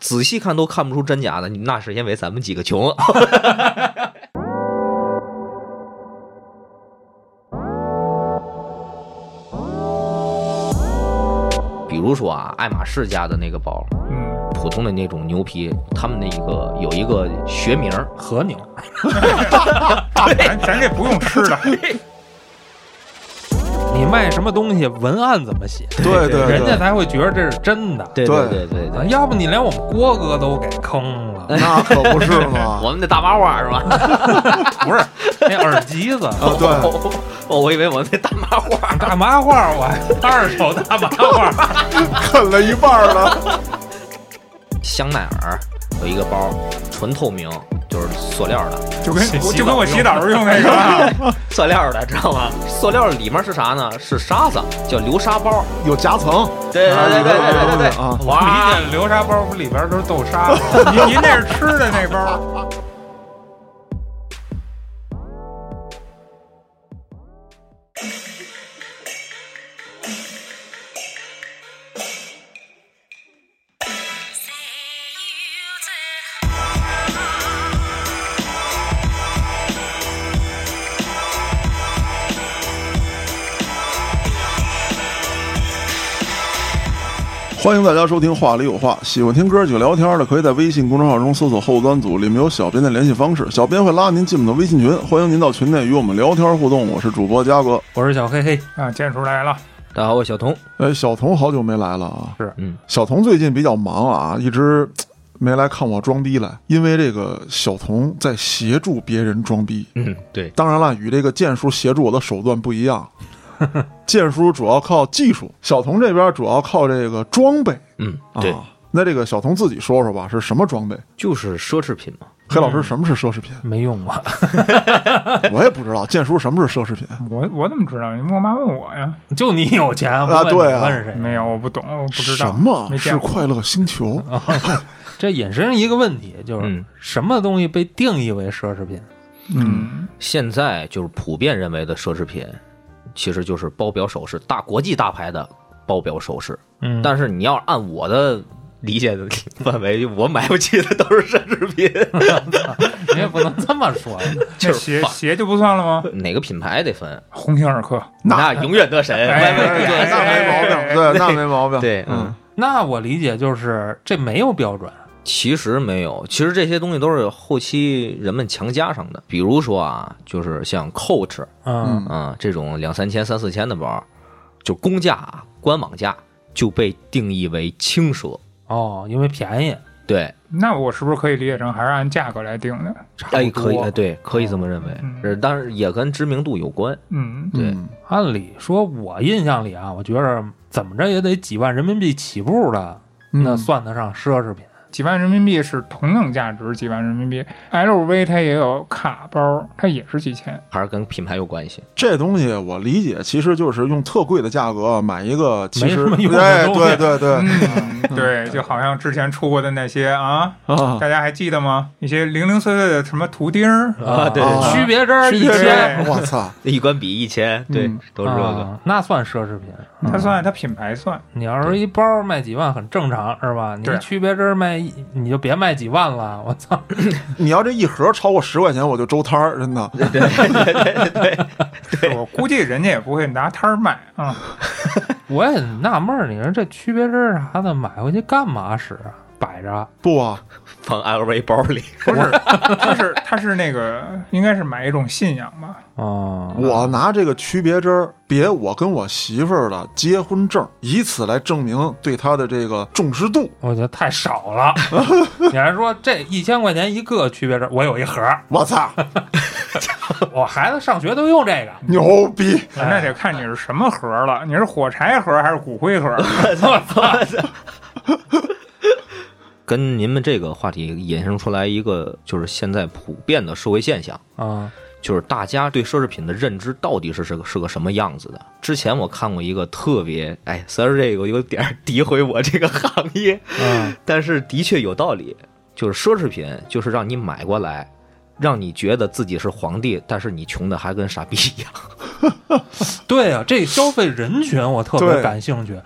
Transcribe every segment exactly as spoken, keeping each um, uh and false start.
仔细看都看不出真假的，那是因为咱们几个穷。比如说啊，爱马仕家的那个包，嗯，普通的那种牛皮，他们那一个有一个学名和牛。 咱咱这不用吃的。 你卖什么东西，文案怎么写？ 对 对, 对， 人家才会觉得这是真的。 对对对对对， 要不你连我们郭哥都给坑了， 那可不是吗？ 我们那大麻花是吧？ 不是，那耳机子。 哦，对， 哦，我以为我们那大麻花， 大麻花，我二手大麻花， 啃了一半了。 香奈儿有一个包，纯透明。就是塑料的， 就跟就跟我洗澡时候用那个塑料的，知道吗？塑料里面是啥呢？是沙子，叫流沙包， 有夹层。 对对对对对对对啊！我理解流沙包里边都是豆沙， 您您那是吃的那包。 欢迎大家收听话里有话，喜欢听歌就聊天的可以在微信公众号中搜索后端组，里面有小编的联系方式，小编会拉您进我们的微信群，欢迎您到群内与我们聊天互动。我是主播嘉哥， 我是小黑黑啊，建叔来了。 大家好，我是小童。 哎，小童好久没来了啊。 是， 嗯， 小童最近比较忙啊，一直没来看我装逼来，因为这个小童在协助别人装逼。 嗯，对。 当然了，与这个剑叔协助我的手段不一样。剑叔主要靠技术，小童这边主要靠这个装备。 嗯，对、 啊。那这个小童自己说说吧，是什么装备？ 就是奢侈品嘛。 黑老师，什么是奢侈品？ 没用过， 我也不知道。剑叔，什么是奢侈品？ 我我怎么知道？你干嘛问我呀？ 就你有钱啊？对啊， 问谁？ 没有，我不懂，我不知道。 什么是快乐星球？ 这引申一个问题，就是、 嗯、 什么东西被定义为奢侈品？ 嗯， 现在就是普遍认为的奢侈品。其实就是包表首饰，大国际大牌的包表首饰。 嗯， 但是你要按我的理解的范围，我买不起的都是奢侈品。 你也不能这么说， 就是鞋鞋就不算了吗？ 哪个品牌得分？ 鸿星尔克， 那永远得神。 哎对，那没毛病。对，那没毛病。 对， 嗯，那我理解就是这没有标准。 其实没有，其实这些东西都是后期人们强加上的。比如说啊，就是像 Coach， 嗯嗯，这种两三千、三四千的包，就公价、官网价就被定义为轻奢。 哦，因为便宜。 对， 那我是不是可以理解成还是按价格来定的？ 哎，可以，对，可以这么认为。 嗯， 当然也跟知名度有关。 嗯， 对。 嗯、 按理说，我印象里啊，我觉得怎么着也得几万人民币起步的， 嗯、 那算得上奢侈品。 几万人民币是同等价值，几万人民币 L V 它也有卡包，它也是几千， 还是跟品牌有关系。 这东西我理解，其实就是用特贵的价格买一个，其实没什么用的哎， 东西。 对对对， 嗯，对，就好像之前出过的那些啊，啊大家还记得吗？一些零零碎碎的什么图钉啊，对， 啊区别针一千， 我操， 一管比一千，对， 嗯、 都是这个、 啊，那算奢侈品。 它算它品牌算。 你要是一包卖几万很正常是吧？你区别针卖，你就别卖几万了，我操！ 你要这一盒超过十块钱，我就周摊儿，真的。 对对对对对， 我估计人家也不会拿摊儿卖啊。 我也纳闷儿，你说这区别针啥的买回去干嘛使啊？摆着不啊， 放 L V 包里。 不是，他是他是那个应该是买一种信仰吧？ 哦， 我拿这个区别针别我跟我媳妇儿的结婚证，以此来证明对她的这个重视度。 我觉得太少了。你还说这一千块钱一个区别针，我有一盒， 我操！ 我孩子上学都用这个， 牛逼！ 那得看你是什么盒了，你是火柴盒还是骨灰盒？ 我操！ 跟您们这个话题衍生出来一个，就是现在普遍的社会现象啊， 就是大家对奢侈品的认知到底是是个是个什么样子的。之前我看过一个特别，哎，虽然这个有点诋毁我这个行业， 嗯， 但是的确有道理。就是奢侈品就是让你买过来，让你觉得自己是皇帝，但是你穷的还跟傻逼一样。 对啊，这消费人群我特别感兴趣。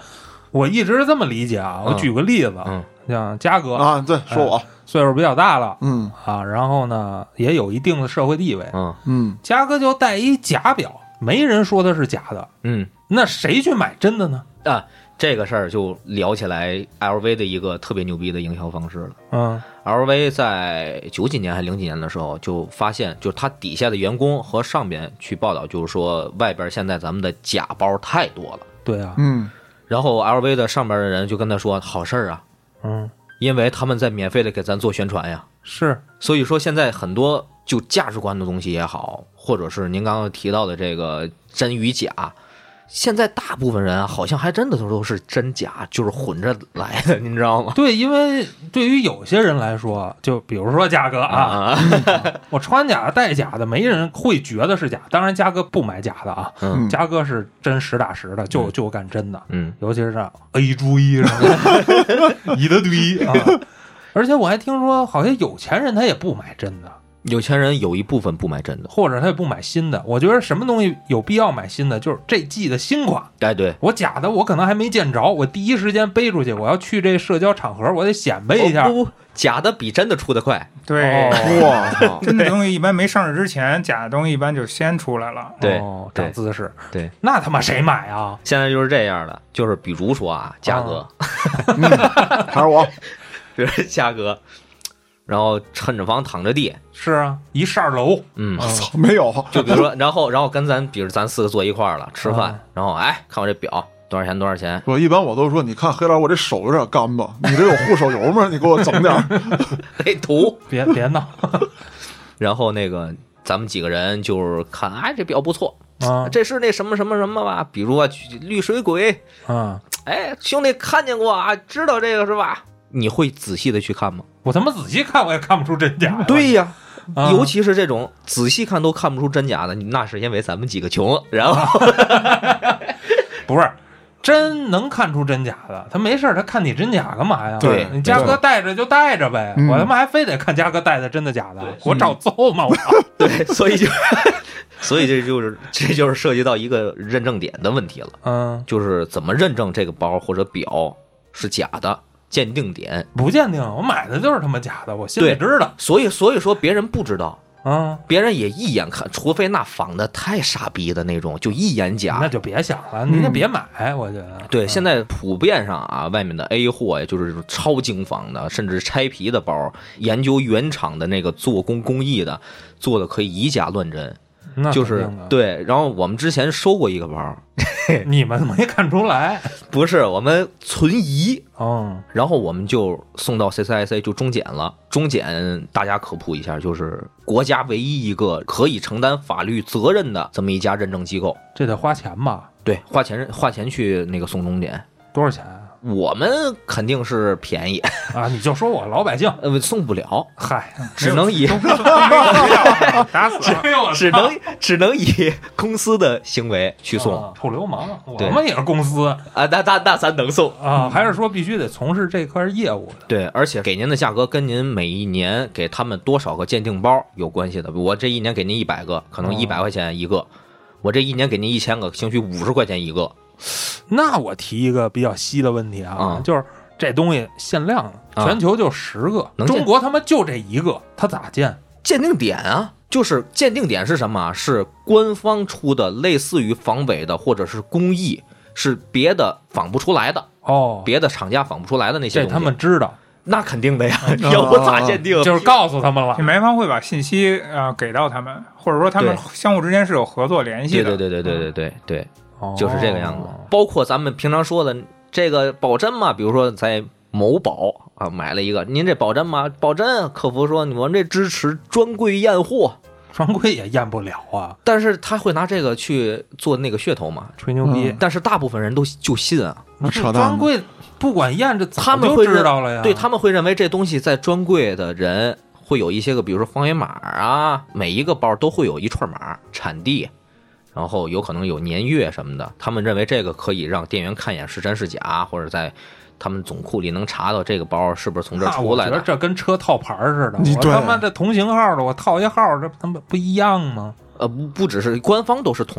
我一直这么理解啊。我举个例子， 嗯， 像嘉哥啊，对，说我、哎、 岁数比较大了， 嗯啊，然后呢也有一定的社会地位， 嗯嗯，嘉哥就带一假表，没人说它是假的， 嗯， 那谁去买真的呢？ 啊，这个事儿就聊起来 L V 的一个特别牛逼的营销方式了。 嗯 ，L V 在九几年还零几年的时候就发现，就是他底下的员工和上边去报道，就是说外边现在咱们的假包太多了。 对啊， 嗯， 然后 L V 的上边的人就跟他说，好事儿啊， 嗯， 因为他们在免费的给咱做宣传呀。 是， 所以说现在很多就价值观的东西也好，或者是您刚刚提到的这个真与假。现在大部分人啊，好像还真的都是真假，就是混着来的，您知道吗？ 对，因为对于有些人来说，就比如说嘉哥啊，啊我穿假戴假的，没人会觉得是假。当然，嘉哥不买假的啊， 嗯， 嘉哥是真实打实的，就就干真的， 嗯， 尤其是 A 注意什么一大堆啊。而且我还听说，好像有钱人他也不买真的。 有钱人有一部分不买真的， 或者他也不买新的。我觉得什么东西有必要买新的，就是这季的新款。 哎，对， 我假的我可能还没见着，我第一时间背出去，我要去这社交场合，我得显摆一下。 哦、不不，假的比真的出得快。 对， 哇、哦， 真的东西一般没上市之前，假的东西一般就先出来了。 对， 哦、长姿势。 对， 那他妈谁买啊？ 现在就是这样的，就是比如说啊，嘉哥， 哦嗯、还是我， 比如嘉哥。然后趁着房躺着地， 是啊，一扇楼， 嗯， 操，没有。 就比如说，然后然后跟咱，比如咱四个坐一块儿了吃饭， 嗯、 然后哎，看我这表多少钱多少钱？ 我一般我都说，你看黑老，我这手有点干吧，你这有护手油吗？你给我整点。 得涂， 别别闹。 然后那个咱们几个人就是看，哎，这表不错， 啊， 这是那什么什么什么吧？比如啊，绿水鬼， 嗯， 哎，兄弟看见过啊，知道这个是吧？你会仔细的去看吗？ 我他妈仔细看我也看不出真假。 对呀、 啊， 尤其是这种仔细看都看不出真假的，那是因为咱们几个穷。然后不是真能看出真假的，他没事他看你真假干嘛呀？ 对， 你嘉哥带着就带着呗， 嗯、 我他妈还非得看嘉哥带的真的假的，我找揍吗？我对，所以就所以这就是这就是涉及到一个认证点的问题了。 嗯， 就是怎么认证这个包或者表是假的。鉴定点不鉴定，我买的就是他妈假的，我心里知道。 所以所以说别人不知道， 嗯， 别人也一眼看，除非那仿的太傻逼的那种，就一眼假， 那就别想了，您就别买。嗯、我觉得， 对，现在普遍上啊，外面的 A 货呀，就是超精仿的，甚至拆皮的包，研究原厂的那个做工工艺的，做的可以以假乱真。就是对，然后我们之前收过一个包， 你们没看出来？ 不是，我们存疑， 嗯， 然后我们就送到 C C I C 就中检了。中检大家科普一下，就是国家唯一一个可以承担法律责任的这么一家认证机构。 这得花钱吧？ 对，花钱花钱去那个送中检， 多少钱啊？ 我们肯定是便宜啊！你就说我老百姓， 呃，送不了， 嗨， 只能以打死了， 只能只能以公司的行为去送， 啊、臭流氓！我们也是公司啊，那那那咱能送啊？还是说必须得从事这块业务的？ 对，而且给您的价格跟您每一年给他们多少个鉴定包有关系的。我这一年给您一百个，可能一百块钱一个；哦、我这一年给您一千个，兴许五十块钱一个。 那我提一个比较稀的问题啊， 嗯、 就是这东西限量，全球就十个， 嗯、 中国他妈就这一个，它咋鉴？ 鉴定点啊，就是鉴定点是什么？是官方出的，类似于仿伪的或者是工艺，是别的仿不出来的哦， 别的厂家仿不出来的那些东西， 这他们知道。 那肯定的呀，要不咋鉴定？ 就是告诉他们了， 买方会把信息啊、呃、给到他们，或者说他们相互之间是有合作联系的。 对对对对对对对对。 哦、 就是这个样子，包括咱们平常说的这个保真嘛，比如说在某宝啊买了一个，您这保真吗？保真，客服说你们这支持专柜验货， 专柜也验不了啊。 但是他会拿这个去做那个噱头嘛， 吹牛逼。 嗯、但是大部分人都就信啊， 那扯淡。 专柜不管验，这他们会知道了呀。 对，他们会认为这东西在专柜的人会有一些个，比如说方圆码啊，每一个包都会有一串码，产地。然后有可能有年月什么的，他们认为这个可以让店员看一眼是真是假，或者在他们总库里能查到这个包是不是从这儿出来的。 我觉得这跟车套牌似的，我他妈这同型号的，我套一号，这他妈不一样吗？ 呃，不不只是官方都是同号，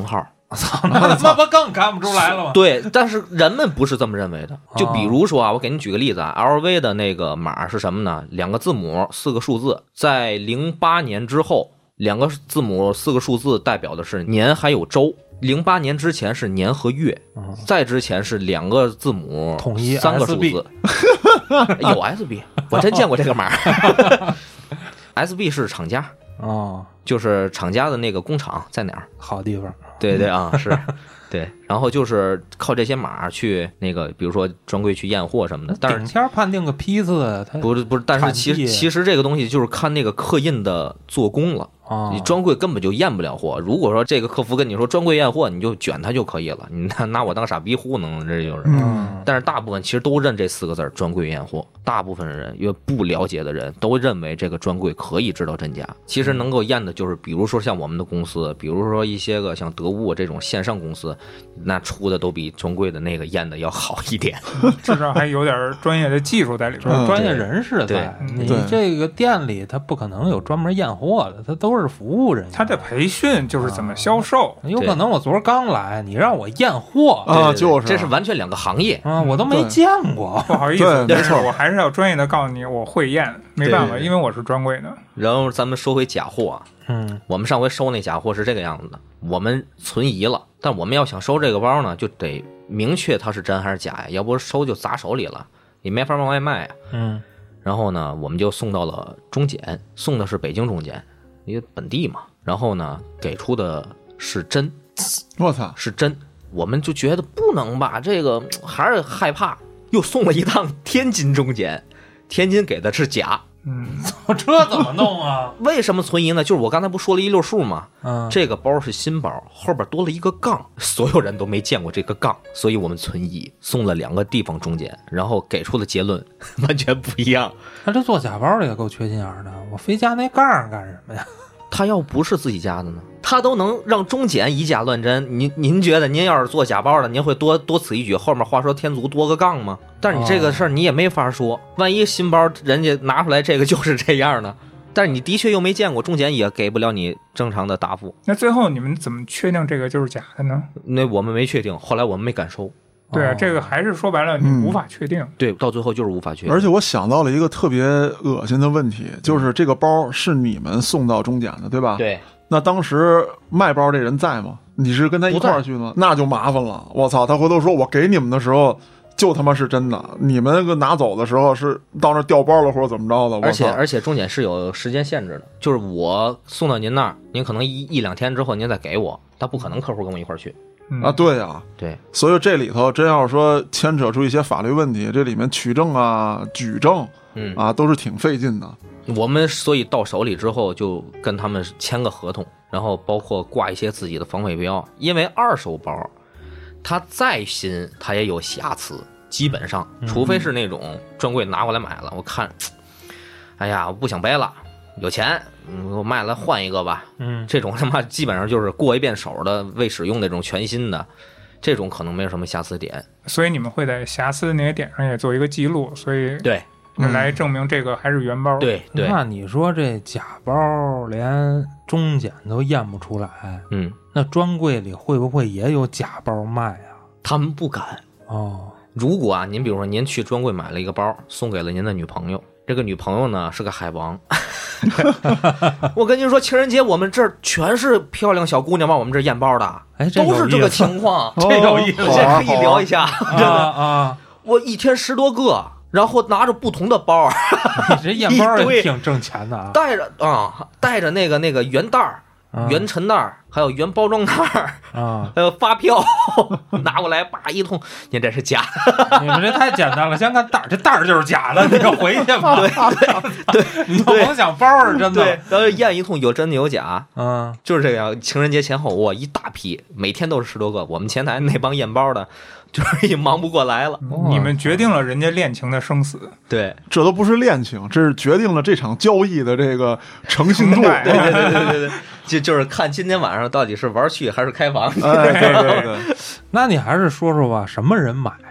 操，那他妈不更看不出来了吗？ 对，但是人们不是这么认为的。就比如说啊，我给你举个例子啊 ，L V 的那个码是什么呢？两个字母，四个数字，在零八年之后，两个字母，四个数字代表的是年还有周。零八年之前是年和月，嗯、再之前是两个字母， 统一三个数字。有 S B， 我真见过这个码。S B 是厂家哦， 就是厂家的那个工厂在哪儿？ 好地方。 对对啊，是。对，然后就是靠这些码去那个，比如说专柜去验货什么的。但是顶天判定个批次，它不是不是，但是其实其实这个东西就是看那个刻印的做工了。你专柜根本就验不了货。如果说这个客服跟你说专柜验货，你就卷他就可以了，你拿拿我当傻逼糊弄，这就是。 嗯。 但是大部分其实都认这四个字专柜验货。大部分人因为不了解的人都认为这个专柜可以知道真假。其实能够验的就是，比如说像我们的公司，比如说一些个像德物这种线上公司，那出的都比专柜的那个验的要好一点， 至少还有点专业的技术在里边， 嗯、专业人士在。你这个店里他不可能有专门验货的，他都是服务人员。 他的培训就是怎么销售， 啊、有可能我昨儿刚来，你让我验货啊，就是这是完全两个行业啊，我都没见过。 不好意思，但是我还是要专业的告诉你，我会验，没办法，因为我是专柜的。 然后咱们说回假货啊， 嗯， 我们上回收那假货是这个样子的，我们存疑了，但我们要想收这个包呢，就得明确它是真还是假呀，要不收就砸手里了，你没法往外卖啊。 嗯， 然后呢，我们就送到了中检，送的是北京中检，因为本地嘛。然后呢，给出的是真， 我操， 是真，我们就觉得不能吧，这个还是害怕，又送了一趟天津中检，天津给的是假。 嗯， 这怎么弄啊？ 为什么存疑呢？就是我刚才不说了一溜数吗？ 嗯， 这个包是新包，后边多了一个杠，所有人都没见过这个杠，所以我们存疑，送了两个地方中检，然后给出的结论完全不一样。 他这做假包的也够缺心眼的，我非加那杠干什么呀？ 他要不是自己家的呢，他都能让中检以假乱真。您您觉得您要是做假包的，您会多多此一举？后面话说天足多个杠吗？但是你这个事儿你也没法说，哦、万一新包人家拿出来这个就是这样呢？但是你的确又没见过，中检也给不了你正常的答复。 那最后你们怎么确定这个就是假的呢？ 那我们没确定，后来我们没敢收。 对啊，这个还是说白了，你无法确定。 嗯、对，到最后就是无法确定。 而且我想到了一个特别恶心的问题，就是这个包是你们送到中检的，对吧？ 对。 那当时卖包这人在吗？你是跟他一块儿去吗？那就麻烦了。我操，他回头说我给你们的时候就他妈是真的，你们那个拿走的时候是到那调包了或者怎么着的。 而且而且中检是有时间限制的，就是我送到您那儿，您可能一一两天之后您再给我，他不可能客户跟我一块儿去。 啊，对啊， 对， 所以这里头真要是说牵扯出一些法律问题，这里面取证啊、举证， 嗯啊，都是挺费劲的。 我们所以到手里之后就跟他们签个合同，然后包括挂一些自己的防伪标，因为二手包它再新它也有瑕疵，基本上除非是那种专柜拿过来买了，我看，哎呀，我不想背了。有钱，嗯，我卖了换一个吧。 嗯， 这种他妈基本上就是过一遍手的未使用的这种全新的，这种可能没有什么瑕疵点。 所以你们会在瑕疵那些点上也做一个记录，所以对， 来证明这个还是原包。 对对。 那你说这假包连中检都验不出来， 嗯， 那专柜里会不会也有假包卖啊？ 他们不敢。 哦， 如果啊，您比如说您去专柜买了一个包，送给了您的女朋友。这个女朋友呢是个海王，我跟您说，情人节我们这儿全是漂亮小姑娘往我们这儿验包的， 哎， 都是这个情况， 这有意思， 这可以聊一下，真的啊！ 我一天十多个，然后拿着不同的包， 你这验包也挺挣钱的啊， 带着啊，带着那个那个原袋儿。原陈袋还有原包装袋啊， 还有发票拿过来，叭一通，您这是假的，你们这太简单了。先看袋，这袋就是假的，你就回去吧。 对对对， 你就甭想包是真的。 对，然后验一通有真的有假， 嗯， 就是这样。情人节前后，哇，一大批，每天都是十多个。我们前台那帮验包的，就是也忙不过来了。 你们决定了人家恋情的生死， 对， 这都不是恋情，这是决定了这场交易的这个诚信度。 对对对对对对。就就是看今天晚上到底是玩去还是开房。 哎，对对对。 那你还是说说吧，什么人买？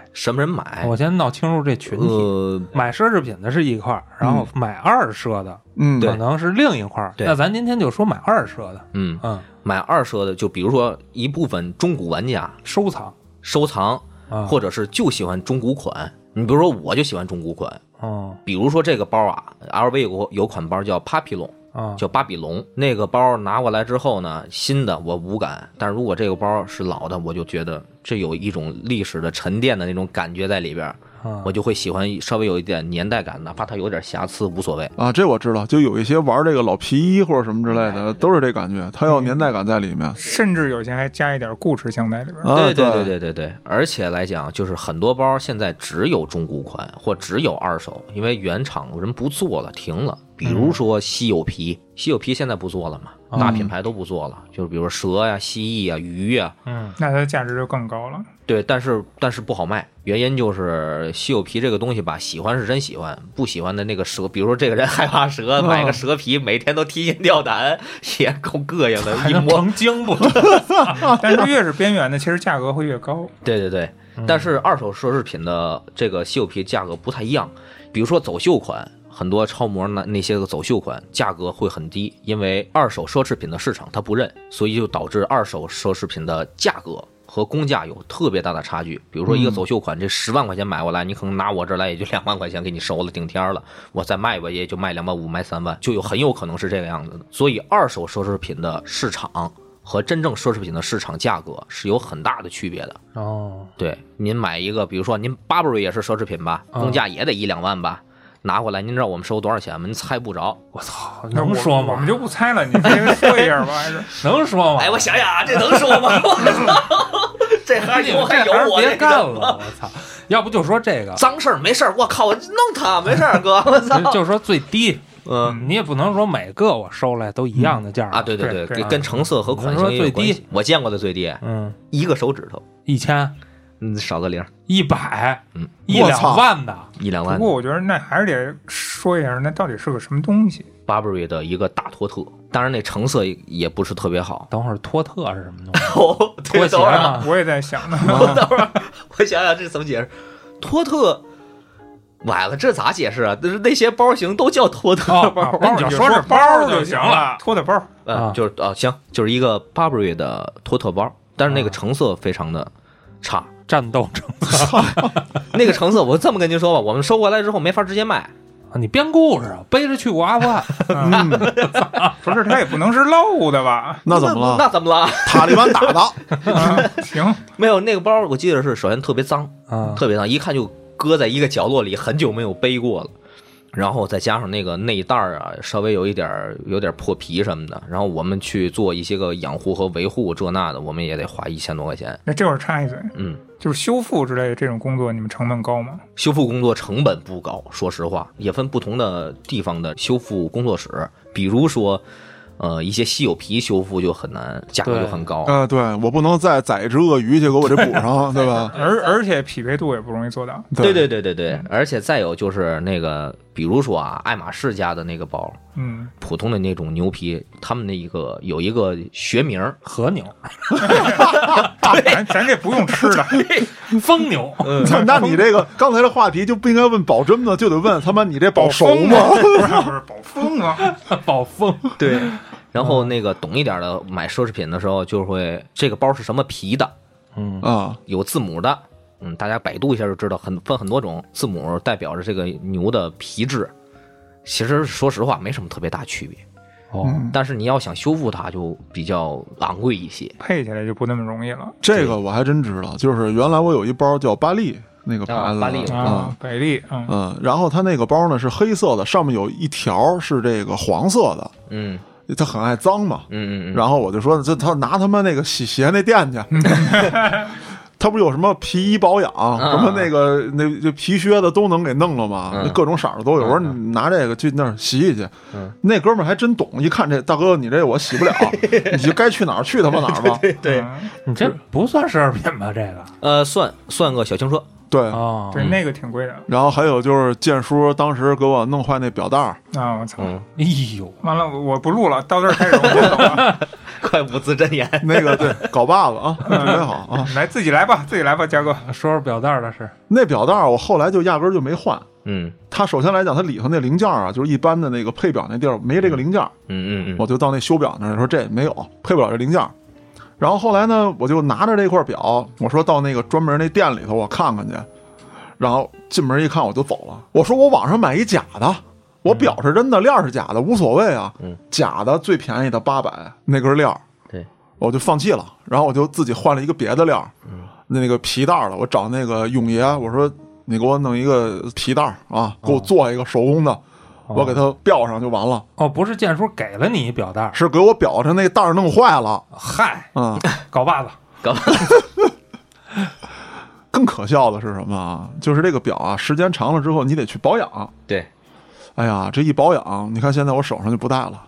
什么人买？ 我先闹清楚这群体， 呃， 买奢侈品的是一块儿，然后买二奢的， 嗯， 可能是另一块儿。那咱今天就说买二奢的， 嗯嗯， 买二奢的，就比如说一部分中古玩家收藏、 收藏， 啊、 或者是就喜欢中古款。你比如说，我就喜欢中古款。 哦， 比如说这个包啊 ，L V 有有款包叫 Papillon。 啊， 叫巴比龙，那个包拿过来之后呢，新的我无感，但是如果这个包是老的，我就觉得这有一种历史的沉淀的那种感觉在里边， 啊、 我就会喜欢稍微有一点年代感，哪怕它有点瑕疵无所谓啊。这我知道，就有一些玩这个老皮衣或者什么之类的，都是这感觉，它有年代感在里面， 甚至有些还加一点故事性在里边。 啊、 对对对对对对，而且来讲，就是很多包现在只有中古款或只有二手，因为原厂人不做了，停了。比如说稀有皮，稀有皮现在不做了嘛，大品牌都不做了，就是比如蛇呀、蜥蜴啊、鱼呀， 嗯， 那它的价值就更高了。 对，但是但是不好卖，原因就是稀有皮这个东西吧，喜欢是真喜欢，不喜欢的那个蛇，比如说这个人害怕蛇，买个蛇皮，每天都提心吊胆，也够膈应的，一摸成精不？ 但是越是边缘的，其实价格会越高。 对对对，但是二手奢侈品的这个稀有皮价格不太一样，比如说走秀款。很多超模那那些个走秀款价格会很低，因为二手奢侈品的市场它不认，所以就导致二手奢侈品的价格和公价有特别大的差距。比如说一个走秀款，这十万块钱买过来，你可能拿我这儿来也就两万块钱给你收了顶天了，我再卖吧也就卖两万五卖三万，就有很有可能是这个样子的。所以二手奢侈品的市场和真正奢侈品的市场价格是有很大的区别的。 哦， 对，您买一个，比如说您 Burberry 也是奢侈品吧，公价也得一两万吧。拿过来，您知道我们收多少钱吗？您猜不着。 我操，能说吗？ 我们就不猜了，你直接说一下吧，还是能说吗？ 哎，我想想啊，这能说吗？这还有还有我别干了，我操！要不就说这个脏事儿没事儿，我靠，我弄他没事儿，哥，我操！ 就说最低， 嗯， 你也不能说每个我收来都一样的价啊，对对对， 跟跟成色和款型有关系。我见过的最低， 嗯， 一个手指头一千。 嗯，少个零， 一百， 嗯， 一两万的， 一两万。 不过我觉得那还是得说一下，那到底是个什么东西 ？Burberry 的一个大托特，当然那成色也不是特别好。 等会儿托特是什么东西？ 哦， 拖鞋吗？ 我也在想呢。 等会儿我想想这怎么解释？托特。完了，这咋解释啊？那那些包型都叫托特包， 那你就说是包就行了， 托特包， 嗯，就是啊，行，就是一个 Burberry 的托特包，但是那个成色非常的差。 战斗成色， 那个成色，我这么跟您说吧，我们收过来之后没法直接卖。 你编故事啊，背着去过阿富汗， 嗯、不是他也不能是漏的吧？ 那怎么了？ 那怎么了？ 塔利班打的、 啊。行， 没有那个包，我记得是首先特别脏， 啊、 特别脏，一看就搁在一个角落里，很久没有背过了。然后再加上那个内袋啊，稍微有一点有点破皮什么的，然后我们去做一些个养护和维护这那的，我们也得花一千多块钱。 那这会儿插一嘴， 嗯， 就是修复之类的这种工作，你们成本高吗？ 修复工作成本不高，说实话，也分不同的地方的修复工作室，比如说。呃，一些稀有皮修复就很难，价格就很高。 呃，对我不能再宰一只鳄鱼去给我这补上，对吧？ 而而且匹配度也不容易做到。 对对对对对，而且再有就是那个，比如说啊，爱马仕家的那个包， 嗯， 普通的那种牛皮，他们那一个有一个学名和牛， 咱咱这不用吃的， 疯牛。 嗯， 那你这个刚才的话题就不应该问保真呢，就得问他妈你这保熟吗？ 不是不是保疯啊， 保疯。 对。然后那个懂一点的买奢侈品的时候，就会这个包是什么皮的， 嗯啊， 有字母的，嗯，大家百度一下就知道，很分很多种字母代表着这个牛的皮质。其实说实话没什么特别大区别， 哦， 但是你要想修复它就比较昂贵一些， 配起来就不那么容易了。 这个我还真知道，就是原来我有一包叫巴利。那个牌子， 啊、巴利啊，百利， 嗯嗯，然后它那个包呢是黑色的，上面有一条是这个黄色的， 嗯。 他很爱脏嘛， 嗯嗯嗯， 然后我就说，这他拿他妈那个洗鞋那店去，他不有什么皮衣保养， 啊、 什么那个那就皮靴子都能给弄了吗？ 嗯、 各种色的都有。我说你拿这个去那儿洗洗去， 嗯、 那哥们儿还真懂，一看这大哥你这我洗不了，你就该去哪儿去他妈哪儿吧。 对对对， 你这不算奢侈品吧？这个呃，算算个小轻车。 对哦， 对，那个挺贵的。 然后还有就是建叔当时给我弄坏那表带儿啊，我操！ 嗯， 哎呦， 完了，我不录了，到这儿开始我先走了。 快五字真言， 那个对搞把子啊，特别好啊。 来，自己来吧，自己来吧，嘉哥。 说说表带的事。 那表带儿我后来就压根儿就没换。 嗯， 它首先来讲，它里头那零件啊，就是一般的那个配表那地儿没这个零件。 嗯嗯嗯， 我就到那修表那儿说这没有，配不了这零件。然后后来呢，我就拿着这块表，我说到那个专门那店里头我看看去。然后进门一看我就走了。我说我网上买一假的，我表是真的，链是假的，无所谓啊。 嗯， 假的最便宜的八百那根链， 对， 我就放弃了。然后我就自己换了一个别的链， 嗯， 那个皮带的，我找那个永爷，我说你给我弄一个皮带啊，给我做一个手工的。哦，我给它吊上就完了。 哦，不是建叔给了你一表带， 是给我表上那带儿弄坏了。 嗨， 嗯， 搞把子， 搞把子。 更可笑的是什么啊？就是这个表啊，时间长了之后你得去保养。 对， 哎呀，这一保养，你看现在我手上就不戴了。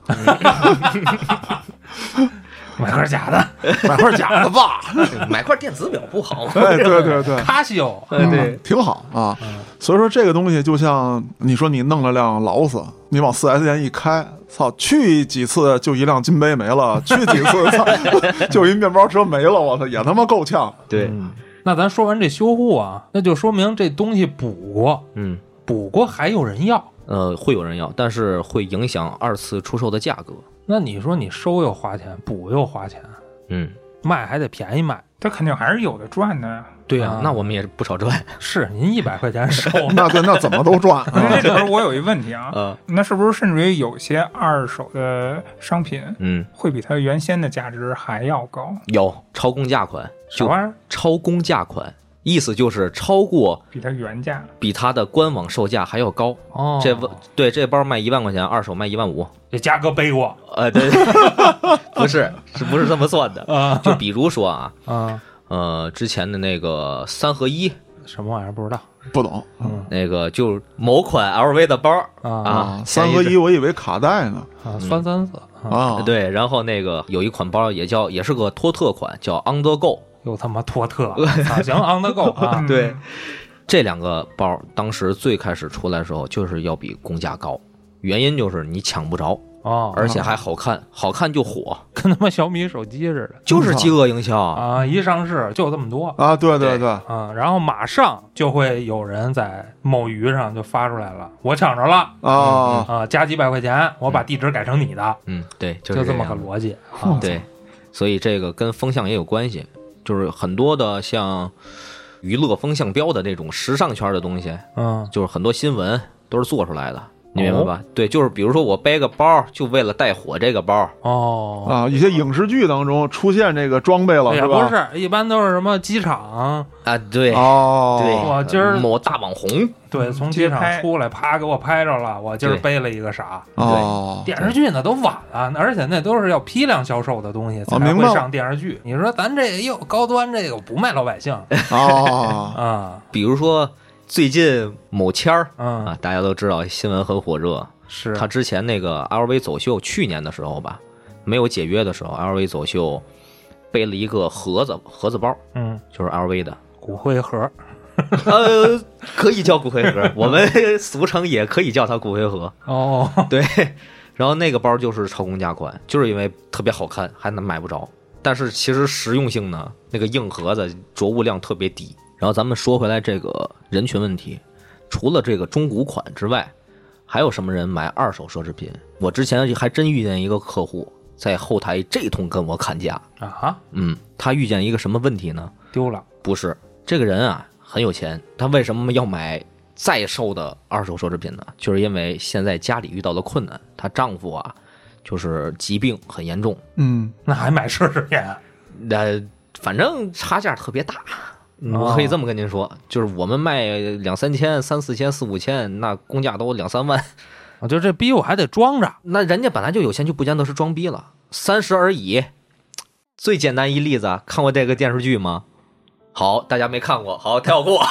买块假的， 买块假的吧。 买块电子表不好吗？ 哎，对对对， 卡西欧， 对对， 嗯，挺好啊。所以说这个东西就像你说你弄了辆劳斯，你往 四 S 店一开，操，去几次就一辆金杯没了，去几次操就一面包车没了，我操，也他妈够呛。 对。 嗯，那咱说完这修护啊，那就说明这东西补过， 嗯， 补过还有人要， 呃，会有人要，但是会影响二次出售的价格。 那你说你收又花钱，补又花钱， 嗯， 卖还得便宜卖， 他肯定还是有的赚的呀。 对呀、 啊， 那我们也不少赚。 是您一百块钱收， 那对，那怎么都赚。 那这里边我有一问题啊， 呃， 那是不是甚至于有些二手的商品， 嗯， 会比它原先的价值还要高？ 有超公价款， 啥玩意儿？ 超公价款，意思就是超过比它原价， 比它的官网售价还要高。 哦， 这对这包卖一万块钱，二手卖一万五。 这价格背过， 呃，对，不是，是不是这么算的？ 啊， 就比如说啊， 啊， 呃，之前的那个三合一， 什么玩意儿不知道， 不懂。 嗯那个就是某款 L V 的包啊啊， 三合一我以为卡带呢。 啊，酸三色啊， 对，然后那个有一款包也叫，也是个托特款，叫 Undergo。 又他妈托特，啊行 on the go 啊， 对，这两个包当时最开始出来的时候，就是要比公价高，原因就是你抢不着， 哦， 而且还好看，好看就火， 跟他妈小米手机似的就是饥饿营销啊！ 啊，一上市就这么多啊，对对对， 啊，然后马上就会有人在某鱼上就发出来了，我抢着了啊啊，加几百块钱，我把地址改成你的， 嗯，对，就就是这么样个逻辑啊， 对，所以这个跟风向也有关系，就是很多的像娱乐风向标的这种时尚圈的东西， 嗯， 就是很多新闻都是做出来的。你明白吧？哦、对，就是比如说我背个包，就为了带火这个包。 哦啊，一些影视剧当中出现这个装备了， 也是吧？ 不是，一般都是什么机场啊，对， 哦， 对， 我今儿某大网红， 对，从机场出来，啪给我拍着了，我今儿背了一个啥？ 哦， 电视剧呢都晚了，而且那都是要批量销售的东西才会上电视剧。你说咱这个又高端，这个不卖老百姓啊啊？ 比如说。最近某签儿、 嗯、 啊，大家都知道新闻很火热。 是他之前那个 L V 走秀，去年的时候吧，没有解约的时候 ，L V 走秀背了一个盒子盒子包， 嗯， 就是 L V 的骨灰盒， 呃，可以叫骨灰盒，我们俗称也可以叫它骨灰盒。 哦， 对，然后那个包就是超公价款，就是因为特别好看，还能买不着。但是其实实用性呢，那个硬盒子着物量特别低。然后咱们说回来这个人群问题，除了这个中古款之外，还有什么人买二手奢侈品？我之前还真遇见一个客户在后台这通跟我砍价啊， 嗯，他遇见一个什么问题呢？ 丢了？ 不是，这个人啊很有钱，他为什么要买在售的二手奢侈品呢？就是因为现在家里遇到了困难，她丈夫啊就是疾病很严重， 嗯， 那还买奢侈品？ 呃，反正差价特别大。我可以这么跟您说，就是我们卖两三千、三四千、四五千，那公价都两三万。 我就这逼我还得装着， 那人家本来就有钱，就不见得是装逼了。三十而已，最简单一例子，看过这个电视剧吗？好，大家没看过，好跳过。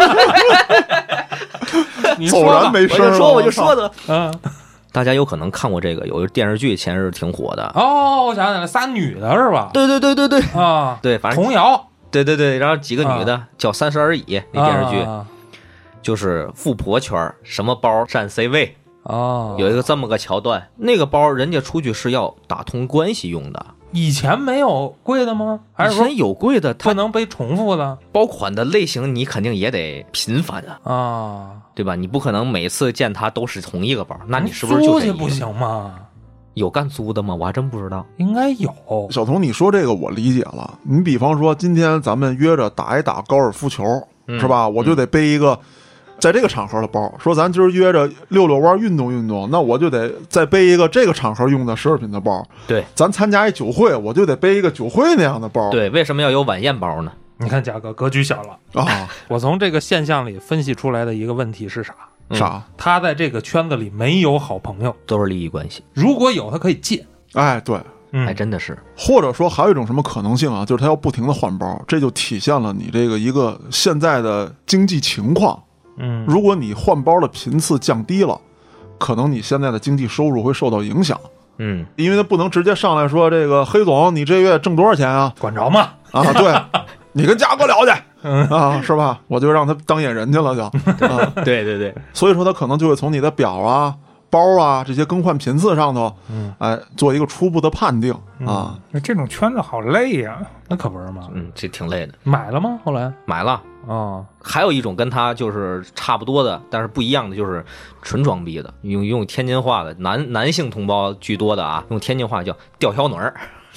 你走然没声， 我就说我就说的， 嗯。 大家有可能看过这个，有一个电视剧前日挺火的。 哦，我想起来，仨女的是吧？ 对对对对对啊， 对，反正童谣。 对对对，然后几个女的、啊、叫《三十而已》那电视剧， 啊、 就是富婆圈什么包占 C 位哦， 有一个这么个桥段。那个包人家出去是要打通关系用的。 以前没有贵的吗？还是说以前有贵的，它不能被重复的？ 包款的类型你肯定也得频繁啊， 啊， 对吧？你不可能每次见它都是同一个包，那你是不是就得租去不行吗？ 有干租的吗？我还真不知道， 应该有。 小童，你说这个我理解了。你比方说，今天咱们约着打一打高尔夫球， 嗯、 是吧？我就得背一个。嗯在这个场合的包，说咱今儿约着溜溜弯运动运动，那我就得再背一个这个场合用的奢侈品的包。 对， 咱参加一酒会，我就得背一个酒会那样的包。 对，为什么要有晚宴包呢？ 你看贾哥格局小了啊！我从这个现象里分析出来的一个问题是啥？ 啥、 嗯？他在这个圈子里没有好朋友， 都是利益关系。 如果有，他可以借。 哎，对。 嗯、还真的是， 或者说还有一种什么可能性啊，就是他要不停的换包，这就体现了你这个一个现在的经济情况。 嗯， 如果你换包的频次降低了，可能你现在的经济收入会受到影响。 嗯， 因为他不能直接上来说这个黑总，你这月挣多少钱啊？ 管着吗？ 啊，对，你跟嘉哥聊去，啊，是吧？我就让他当野人去了就。啊、 对对对， 所以说他可能就会从你的表啊、包啊这些更换频次上头， 嗯， 哎，做一个初步的判定啊。 嗯、这种圈子好累呀、啊， 那可不是吗？ 嗯，这挺累的。 买了吗？后来买了。 哦， 还有一种跟他就是差不多的，但是不一样的，就是纯装逼的，用用天津话的男男性同胞居多的啊，用天津话叫吊小女儿，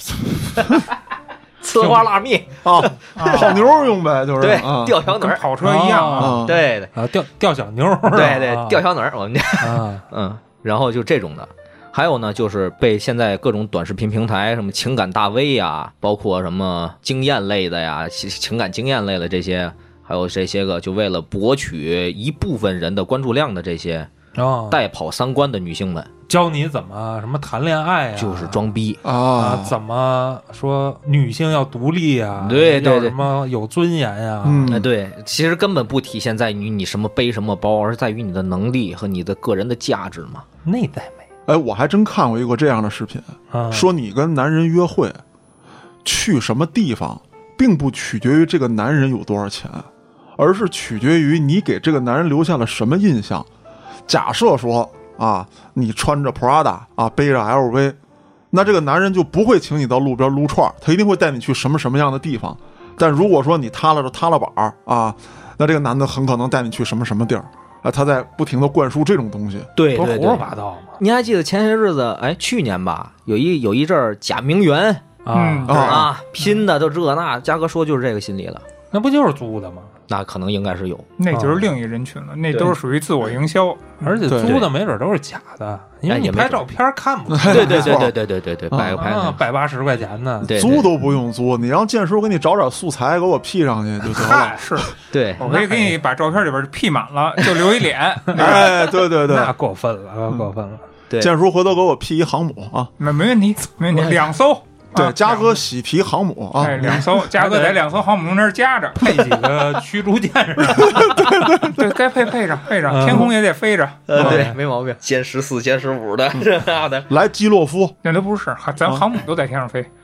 呲花辣蜜啊，泡妞用呗，就是对， 啊、 吊小女儿， 跑车一样啊， 啊对对啊，吊吊小妞， 对对，吊小女儿，我们家啊， 嗯，然后就这种的。还有呢，就是被现在各种短视频平台，什么情感大 V 呀，包括什么经验类的呀，情感经验类的这些，还有这些个就为了博取一部分人的关注量的这些哦， 带跑三观的女性们， 教你怎么什么谈恋爱啊， 就是装逼啊， 啊怎么说女性要独立啊， 对对对， 什么有尊严呀、啊， 嗯， 对，其实根本不体现在于你什么背什么包，而在于你的能力和你的个人的价值嘛， 内在美。 哎，我还真看过一个这样的视频， 啊、 说你跟男人约会，去什么地方，并不取决于这个男人有多少钱，而是取决于你给这个男人留下了什么印象。假设说啊，你穿着 Prada 啊，背着 L V， 那这个男人就不会请你到路边撸串，他一定会带你去什么什么样的地方。但如果说你塌了着塌了板啊，那这个男的很可能带你去什么什么地儿。啊，他在不停的灌输这种东西， 对对对， 胡说八道嘛。 你还记得前些日子，哎，去年吧，有一有一阵儿假名媛啊、 嗯、 啊，拼的都这那，嘉哥说就是这个心理了。 那不就是租的吗？ 那可能应该是有， 那就是另一人群了，那都是属于自我营销， 而且租的没准都是假的，因为你拍照片看不出来。 对对对对对对对对，摆个拍啊，百八十块钱呢， 租都不用租，你让建叔给你找点素材给我 P 上去就得了。 是， 对， 我可以给你把照片里边 P 满了，就留一脸。 哎，对对对， 那过分了，过分了。 对， 建叔回头给我 P 一航母啊， 没没问题，没问题，两艘。 对，嘉哥喜提航母啊， 哎，两艘，嘉哥在两艘航母中间夹着， 配几个驱逐舰上， 对对对，该配配上配上，天空也得飞着， 呃，对，没毛病，歼十四、歼十五的这样的， 来基洛夫， 那都不是，咱航母都在天上飞，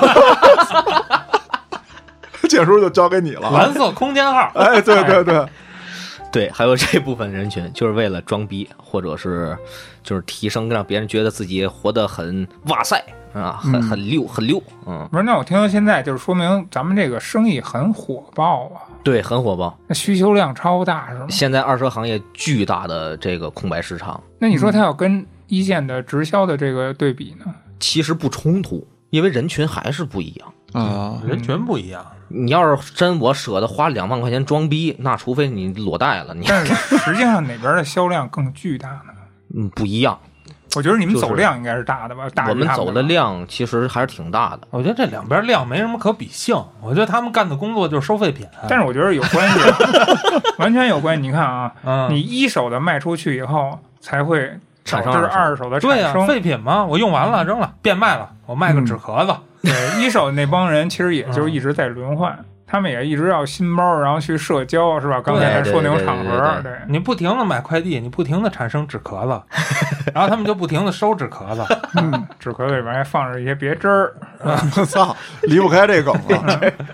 这时候就交给你了， 蓝色空间号， 哎，对对对。 对，还有这部分人群，就是为了装逼，或者是就是提升，让别人觉得自己活得很哇塞啊，很很溜，很溜。嗯， 不是，那我听到现在就是说明咱们这个生意很火爆啊。 对，很火爆， 那需求量超大是吗？ 现在二手行业巨大的这个空白市场。 那你说它要跟一线的直销的这个对比呢？ 其实不冲突，因为人群还是不一样啊， 人群不一样。 你要是真我舍得花两万块钱装逼，那除非你裸贷了。你但是实际上哪边的销量更巨大呢？ 嗯，不一样。 我觉得你们走量应该是大的吧？ 就是、 大我们走的量其实还是挺大的。 我觉得这两边量没什么可比性。我觉得他们干的工作就是收废品。 但是我觉得有关系，完全有关系。你看啊， 嗯、 你一手的卖出去以后，才会导致二手的产生。 对呀、啊，废品嘛，我用完了扔了，变卖了，我卖个纸壳子。 嗯对，一手那帮人其实也就是一直在轮换，嗯、他们也一直要新包，然后去社交，是吧？刚才说那种场合，对， 你不停的买快递，你不停的产生纸壳子，然后他们就不停的收纸壳子， 嗯，纸壳子里边还放着一些别针儿， 我操，离不开这梗了。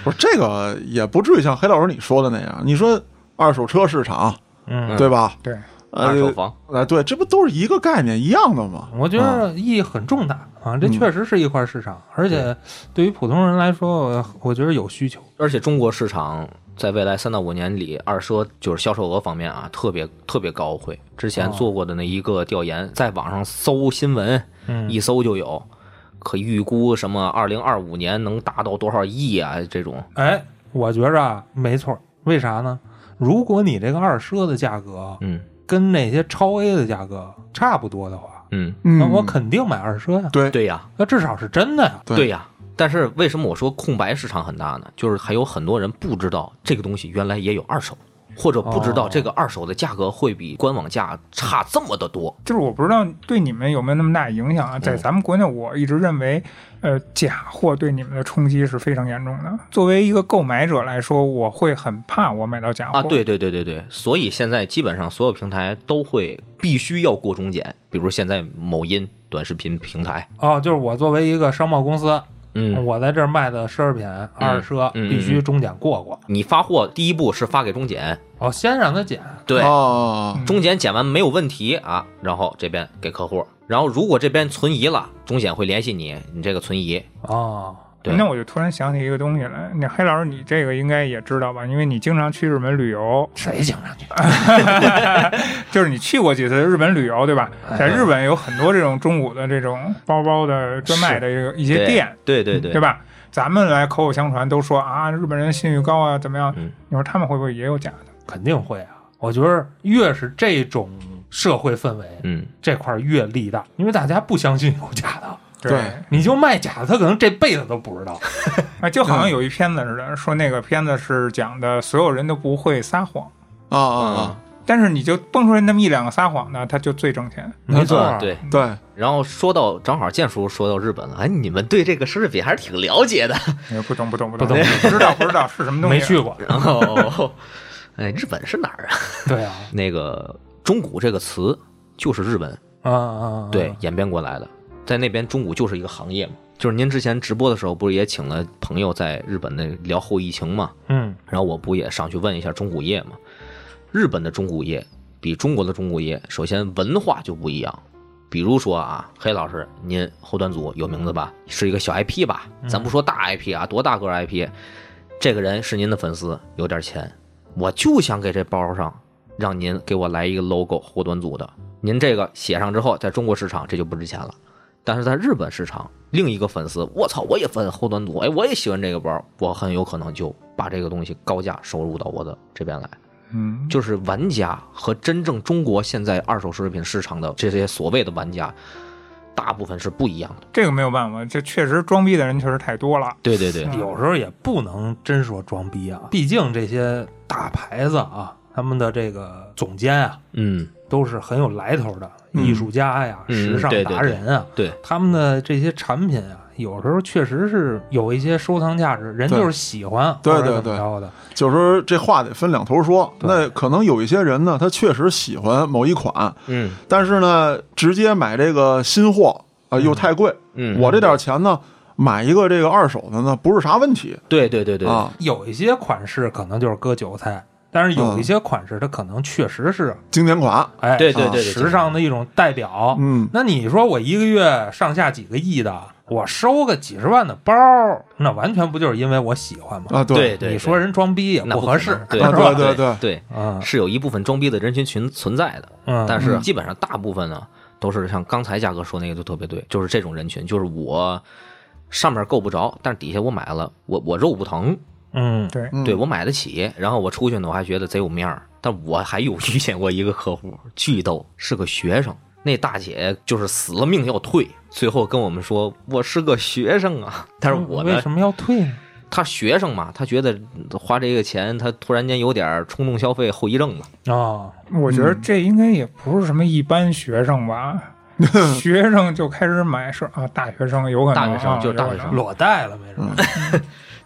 不是这个也不至于像黑老师你说的那样。你说二手车市场， 嗯， 对吧？ 对， 呃， 二手房， 哎，对，这不都是一个概念一样的吗？ 我觉得意义很重大啊，这确实是一块市场，而且对于普通人来说，我我觉得有需求。 而且中国市场在未来三到五年里，二奢就是销售额方面啊，特别特别高会。之前做过的那一个调研，在网上搜新闻， 嗯， 一搜就有，可预估什么二零二五年能达到多少亿啊这种。 哎，我觉着啊，没错，为啥呢？如果你这个二奢的价格， 嗯， 跟那些超 A 的价格差不多的话， 嗯， 那我肯定买二奢呀。 对对呀， 那至少是真的呀。 对呀。但是为什么我说空白市场很大呢？就是还有很多人不知道这个东西原来也有二手，或者不知道这个二手的价格会比官网价差这么的多。 就是我不知道对你们有没有那么大影响啊？在咱们国内，我一直认为，呃，假货对你们的冲击是非常严重的。作为一个购买者来说，我会很怕我买到假货啊。对对对对对，所以现在基本上所有平台都会必须要过中检，比如现在某音短视频平台， 哦，就是我作为一个商贸公司。 嗯， 我在这儿卖的奢侈品、二奢必须中检过过。 你发货第一步是发给中检， 哦，先让他检， 对， 哦， 中检检完没有问题啊，然后这边给客户，然后如果这边存疑了，中检会联系你，你这个存疑。 哦， 对， 那我就突然想起一个东西来，那黑老师你这个应该也知道吧？因为你经常去日本旅游。 谁经常去？ 就是你去过几次日本旅游，对吧？在日本有很多这种中古的这种包包的专卖的一些店， 对对对， 对吧？咱们来口口相传都说啊，日本人信誉高啊，怎么样？ 嗯， 你说他们会不会也有假的？ 肯定会啊！我觉得越是这种社会氛围， 嗯， 这块越力大，因为大家不相信有假的。 对， 你就卖假的，他可能这辈子都不知道。 啊，就好像有一片子似的，说那个片子是讲的所有人都不会撒谎啊啊啊！ 但是你就蹦出来那么一两个撒谎的，他就最挣钱。 没错， 啊、对对。 然后说到正好建叔说到日本了，哎，你们对这个奢侈品还是挺了解的。 不懂不懂不懂不懂， 不知道不知道是什么东西， 没去过。 然后，哎，日本是哪儿啊？ 对啊， 那个中古这个词就是日本啊啊， 对演变过来的。在那边中古就是一个行业嘛，就是您之前直播的时候不是也请了朋友在日本的聊后疫情嘛， 嗯， 然后我不也上去问一下中古业嘛，日本的中古业比中国的中古业首先文化就不一样，比如说啊，黑老师您后端组有名字吧，是一个小 I P 吧，咱不说大 I P 啊，多大个 I P， 这个人是您的粉丝，有点钱，我就想给这包上让您给我来一个 logo 后端组的，您这个写上之后在中国市场这就不值钱了，但是在日本市场，另一个粉丝，我操，我也分后端组，哎，我也喜欢这个包，我很有可能就把这个东西高价收入到我的这边来。 嗯， 就是玩家和真正中国现在二手奢侈品市场的这些所谓的玩家，大部分是不一样的。 这个没有办法，这确实装逼的人确实太多了。 对对对， 有时候也不能真说装逼啊，毕竟这些大牌子啊，他们的这个总监啊， 嗯， 都是很有来头的艺术家呀、 嗯、 时尚达人啊， 对, 对, 对他们的这些产品啊，有时候确实是有一些收藏价值，人就是喜欢， 对对对，就是这话得分两头说。那可能有一些人呢，他确实喜欢某一款， 嗯， 但是呢，直接买这个新货啊、呃、又太贵， 嗯， 我这点钱呢，买一个这个二手的呢，不是啥问题。 对对对对啊， 有一些款式可能就是割韭菜。但是有一些款式，它可能确实是经典款， 哎， 对对对， 时尚的一种代表。 嗯， 那你说我一个月上下几个亿的，我收个几十万的包，那完全不就是因为我喜欢吗？ 啊， 对对， 你说人装逼也不合适， 对对对对对对， 嗯，是有一部分装逼的人群群存在的， 嗯， 但是基本上大部分呢，都是像刚才嘉哥说那个就特别对，就是这种人群，就是我上面够不着，但是底下我买了，我我肉不疼。 嗯， 对对，我买得起，然后我出去呢，我还觉得贼有面儿。但我还有遇见过一个客户，巨逗，是个学生，那大姐就是死了命要退，最后跟我们说我是个学生啊，但是我呢， 为什么要退呢？ 他学生嘛，他觉得花这个钱，他突然间有点冲动消费后遗症了啊、哦。 我觉得这应该也不是什么一般学生吧。学生就开始买是啊，大学生有可能， 大学生就是大学生， 裸贷了没准。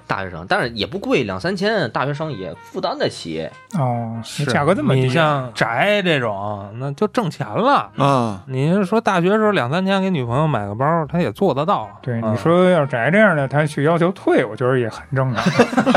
大学生，但是也不贵，两三千，大学生也负担得起。 哦， 是价格这么低。 你像宅这种，那就挣钱了啊。 你是说大学时候两三千给女朋友买个包，他也做得到。 对， 嗯、 你说要宅这样的，他去要求退，我觉得也很正常。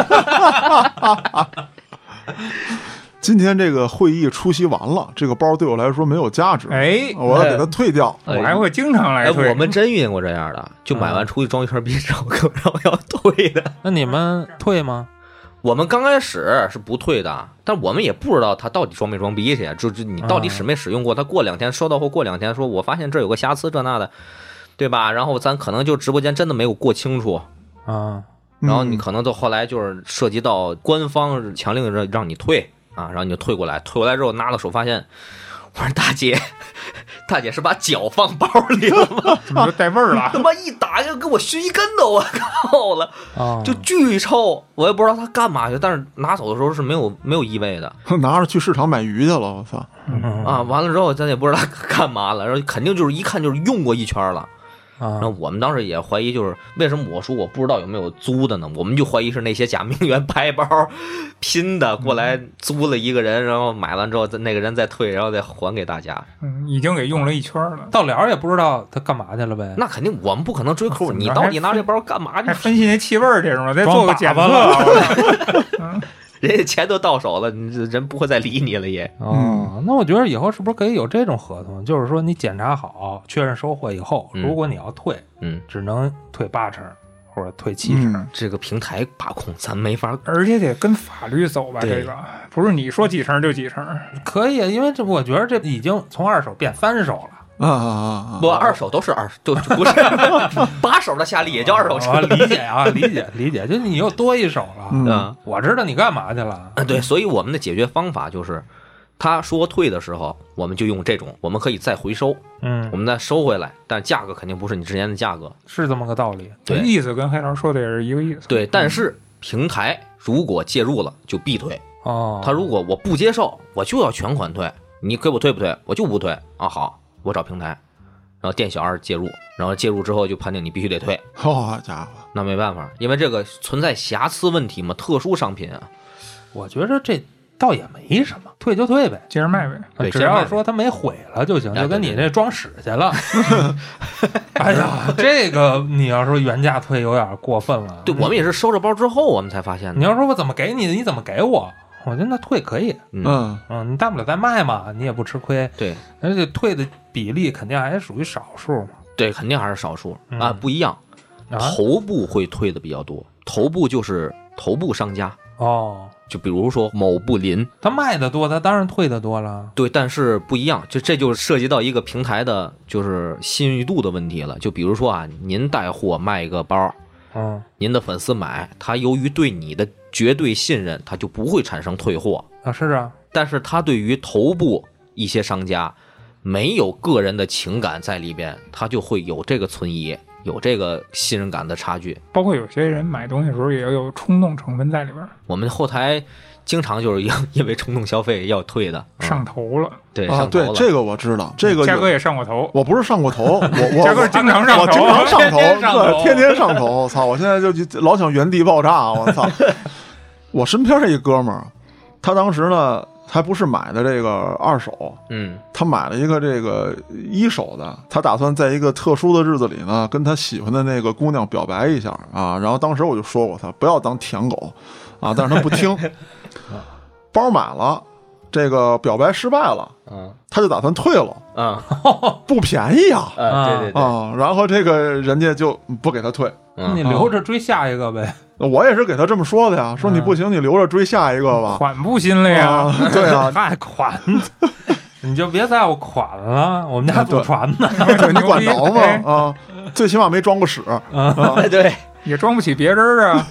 今天这个会议出席完了，这个包对我来说没有价值， 哎， 我要给它退掉。 我还会经常来退。 哎、我们真遇见过这样的，就买完出去装一圈逼之后，然后要退的。 那你们退吗？ 我们刚开始是不退的，但我们也不知道他到底装没装逼去，就就你到底使没使用过。他过两天收到后，过两天说我发现这有个瑕疵，这那的，对吧？然后咱可能就直播间真的没有过清楚啊， 然后你可能到后来就是涉及到官方强令让让你退。啊，然后你就退过来，退过来之后拿到手发现，我说大姐，大姐是把脚放包里了吗？ 怎么就带味儿了？ 他妈一打就给我熏一跟头，我靠了， 哦、 就巨臭，我也不知道他干嘛去，但是拿走的时候是没有没有异味的， 拿着去市场买鱼去了，我操！ 嗯、 啊，完了之后咱也不知道他干嘛了，然后肯定就是一看就是用过一圈了。 然后我们当时也怀疑，就是为什么我说我不知道有没有租的呢？我们就怀疑是那些假名媛拍包拼的过来租了一个人，然后买完之后那个人再退，然后再还给大家。 嗯，已经给用了一圈了， 到了也不知道他干嘛去了呗。 那肯定我们不可能追扣，你到底拿这包干嘛去？ 还分析那气味这种的，再做个检测。 嗯人家钱都到手了，你人不会再理你了也。 哦，那我觉得以后是不是可以有这种合同？就是说你检查好、确认收货以后， 嗯、 如果你要退， 嗯， 只能退八成或者退七成、 嗯。 这个平台把控咱没法， 而且得跟法律走吧。这个不是你说几成就几成， 可以，因为这我觉得这已经从二手变三手了。 啊啊啊！ 不，二手都是二手，就不是八手的夏利也叫二手车。 啊、理解啊，理解理解，就你又多一手了。 嗯， 我知道你干嘛去了。 啊，对，所以我们的解决方法就是，他说退的时候，我们就用这种，我们可以再回收， 嗯， 我们再收回来，但价格肯定不是你之前的价格， 是这么个道理。 对， 意思跟黑老师说的也是一个意思。 对，但是平台如果介入了，就必退。 哦， 他如果我不接受，我就要全款退，你给我退不退？我就不退啊。好，我找平台。然后店小二介入，然后介入之后就判定你必须得退。 好家伙， 那没办法，因为这个存在瑕疵问题嘛，特殊商品啊。 我觉得这倒也没什么，退就退呗， 接着卖呗。 对， 只要说他没毁了就行，就跟你这装屎去了。哎呀，这个你要说原价退有点过分了。 对，我们也是收着包之后我们才发现的。 你要说我怎么给你的，你怎么给我？我觉得那退可以， 嗯嗯，你大不了再卖嘛，你也不吃亏。 对， 而且退的比例肯定还属于少数嘛。 对，肯定还是少数、 嗯、 啊，不一样。 啊、 头部会退的比较多，头部就是头部商家哦， 就比如说某布林， 他卖的多，他当然退的多了。 对，但是不一样，就这就涉及到一个平台的就是信誉度的问题了。就比如说啊，您带货卖一个包， 嗯， 您的粉丝买，他由于对你的绝对信任，他就不会产生退货啊，是啊。 但是他对于头部一些商家没有个人的情感在里边，他就会有这个存疑，有这个信任感的差距。 包括有些人买东西的时候也有冲动成分在里边。 我们后台经常就是因为冲动消费要退的， 上头了。 对啊，对，这个我知道，这个嘉哥也上过头。 我不是上过头，我我嘉哥经常上头， 我经常上头， 天天上头， 天天上头。我操！我现在就老想原地爆炸。我操！我身边一哥们儿，他当时呢还不是买的这个二手， 嗯， 他买了一个这个一手的，他打算在一个特殊的日子里呢，跟他喜欢的那个姑娘表白一下啊。然后当时我就说过他不要当舔狗啊，但是他不听，包买了。这个表白失败了，嗯，他就打算退了， 嗯， 不便宜啊， 啊，对对对， 啊，然后这个人家就不给他退， 嗯， 你留着追下一个呗。 我也是给他这么说的呀，说你不行，你留着追下一个吧， 款不新了呀， 啊对啊， 太款，你就别在乎款了，我们家祖传的， 对你管着吗？啊，最起码没装过屎， 啊，对， 也装不起别人啊。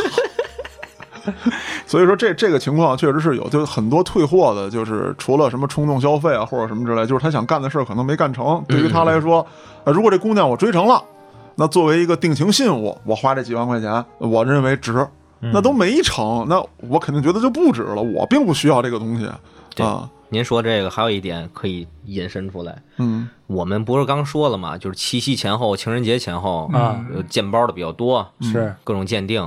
所以说这这个情况确实是有，就很多退货的，就是除了什么冲动消费啊或者什么之类，就是他想干的事儿可能没干成。对于他来说，呃，如果这姑娘我追成了，那作为一个定情信物，我花这几万块钱，我认为值。那都没成，那我肯定觉得就不值了。我并不需要这个东西啊。 您说这个还有一点可以引申出来， 嗯， 我们不是刚说了嘛，就是七夕前后、情人节前后啊， 鉴包的比较多， 是各种鉴定。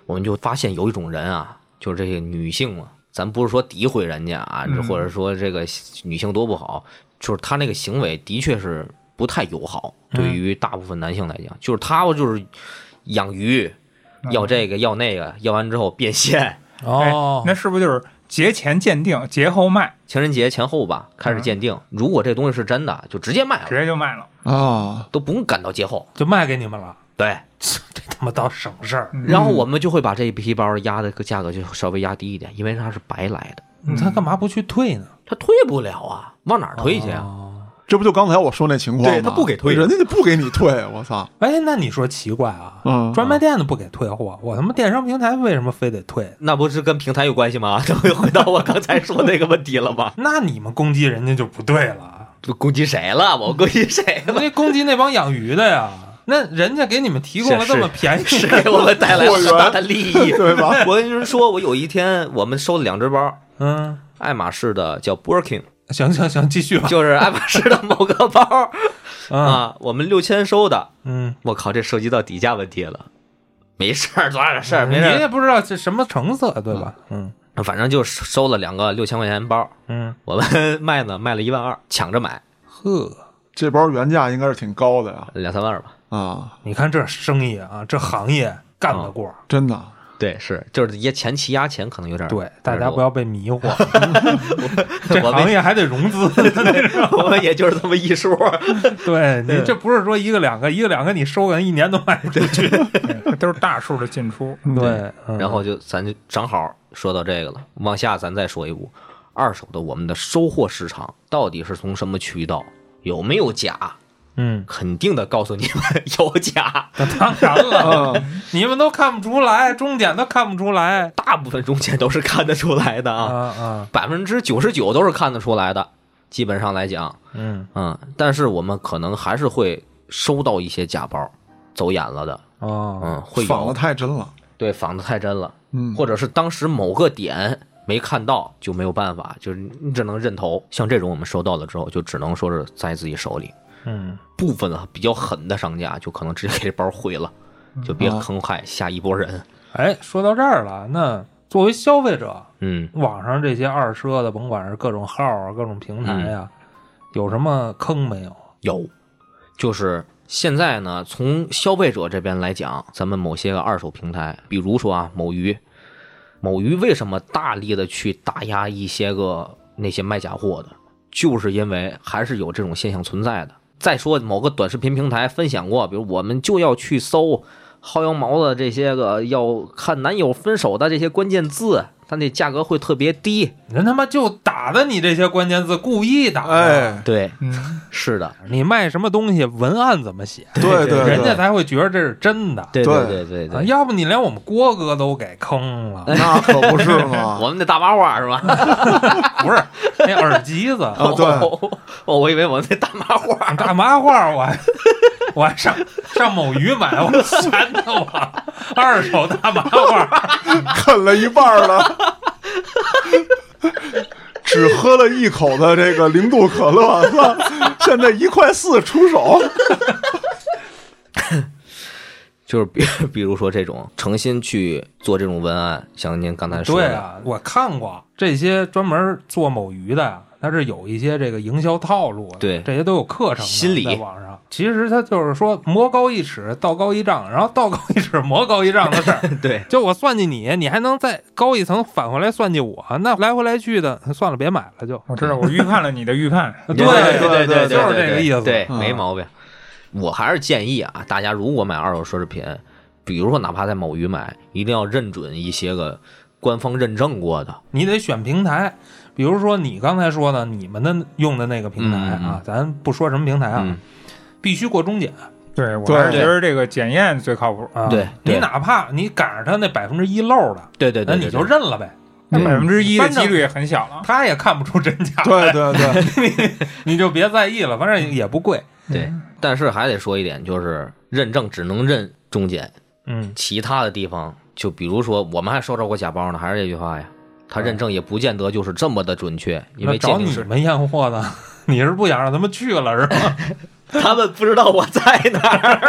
我们就发现有一种人啊，就是这些女性嘛，咱不是说诋毁人家啊， 嗯、 或者说这个女性多不好，就是她那个行为的确是不太友好，对于大部分男性来讲，就是她就是养鱼，要这个要那个，要完之后变现。 哦， 那是不是就是节前鉴定，节后卖？ 情人节前后吧，开始鉴定，嗯、如果这东西是真的，就直接卖了， 直接就卖了啊， 都不用赶到节后， 就卖给你们了。 对， 这他妈倒省事儿。 嗯、 然后我们就会把这一批包压的价格就稍微压低一点，因为它是白来的。 嗯、他干嘛不去退呢？ 他退不了啊，往哪儿退去啊？ 哦， 这不就刚才我说那情况吗？ 对，他不给退， 人家就不给你退，我操！ 哎，那你说奇怪啊？ 嗯， 专卖店的不给退货，我他妈电商平台为什么非得退？ 那不是跟平台有关系吗？这回回到我刚才说那个问题了吗？ 那你们攻击人家就不对了。 攻击谁了？我攻击谁了？ 那攻击那帮养鱼的呀。那人家给你们提供了这么便宜， 是给我们带来很大的利益， 对吧？ 我跟你说，我有一天我们收了两只包， 嗯， 爱马仕的叫 Birkin， 行行行，继续吧， 就是爱马仕的某个包、 嗯、 啊，我们六千收的， 嗯， 我靠，这涉及到底价问题了，没事儿，多点事儿，没事儿， 你也不知道是什么成色，对吧？嗯， 反正就收了两个六千块钱包， 嗯， 我们卖呢，卖了一万二，抢着买， 呵， 这包原价应该是挺高的呀， 两三万吧。 啊， 你看这生意啊，这行业干得过， 嗯、真的。 对，是就是也前期压钱可能有点对，大家不要被迷惑，这行业还得融资， 我们也就是这么一说。 对你这不是说一个两个，一个两个你收个一年都卖不出去， 这都是大数的进出。 对， 嗯、然后就咱就正好说到这个了，往下咱再说一步，二手的我们的收货市场到底是从什么渠道，有没有假？ 嗯， 肯定的告诉你们有假， 那当然了，嗯、你们都看不出来，中检都看不出来， 大部分中检都是看得出来的啊， 啊， 百分之九十九都是看得出来的，基本上来讲， 嗯嗯，但是我们可能还是会收到一些假包，走眼了的， 哦， 嗯，会有仿的太真了， 对，仿的太真了， 嗯， 或者是当时某个点没看到就没有办法，就是你只能认头，像这种我们收到了之后，就只能说是在自己手里。 嗯， 部分啊比较狠的商家就可能直接给这包毁了，就别坑害下一波人。 哎，说到这儿了，那作为消费者， 嗯， 网上这些二奢的，甭管是各种号啊、各种平台呀、啊，嗯、有什么坑没有？ 有，就是现在呢，从消费者这边来讲，咱们某些个二手平台，比如说啊，某鱼，某鱼为什么大力的去打压一些个那些卖假货的，就是因为还是有这种现象存在的。再说某个短视频平台分享过，比如我们就要去搜薅羊毛的这些个要看男友分手的这些关键字，它那价格会特别低。 人他妈就打的你这些关键字，故意打的。 哎， 对， 嗯， 是的， 你卖什么东西，文案怎么写？ 对对对， 人家才会觉得这是真的。 对对对对对、 啊，要不你连我们郭哥都给坑了， 那可不是吗？ 我们那大麻花是吧？ 不是，那耳机子啊， 对。 哦，我以为我那大麻花， 大麻花我还我还上上某鱼买，我闲的我二手大麻花， 啃了一半了，只喝了一口的这个零度可乐，现在一块四出手。 就是比比如说这种诚心去做这种文案，像您刚才说的， 对啊，我看过这些专门做某鱼的，它是有一些这个营销套路的， 对， 这些都有课程心理在网上。其实它就是说魔高一尺，道高一丈，然后道高一尺，魔高一丈的事儿。 对， 就我算计你，你还能再高一层返回来算计我，那来回来去的，算了，别买了就。 我知道，我预判了你的预判。 对对对对， 就是这个意思。 对， 嗯、 没毛病。我还是建议啊，大家如果买二手奢侈品，比如说哪怕在某鱼买，一定要认准一些个官方认证过的。 你得选平台，比如说你刚才说的，你们的用的那个平台啊， 嗯嗯咱不说什么平台啊， 嗯、 必须过中检。 对，我还是觉得这个检验最靠谱啊。 对， 你哪怕你赶上他那百分之一漏的， 对对 对, 对, 对， 那你就认了呗。 那百分之一的几率也很小了， 他也看不出真假。 对对对， 你就别在意了，反正也不贵。 对，但是还得说一点，就是认证只能认中检， 嗯， 其他的地方，就比如说我们还收着过假包呢，还是这句话呀，他认证也不见得就是这么的准确，因为找你们验货的，你是不想让他们去了是吧？ 他们不知道我在哪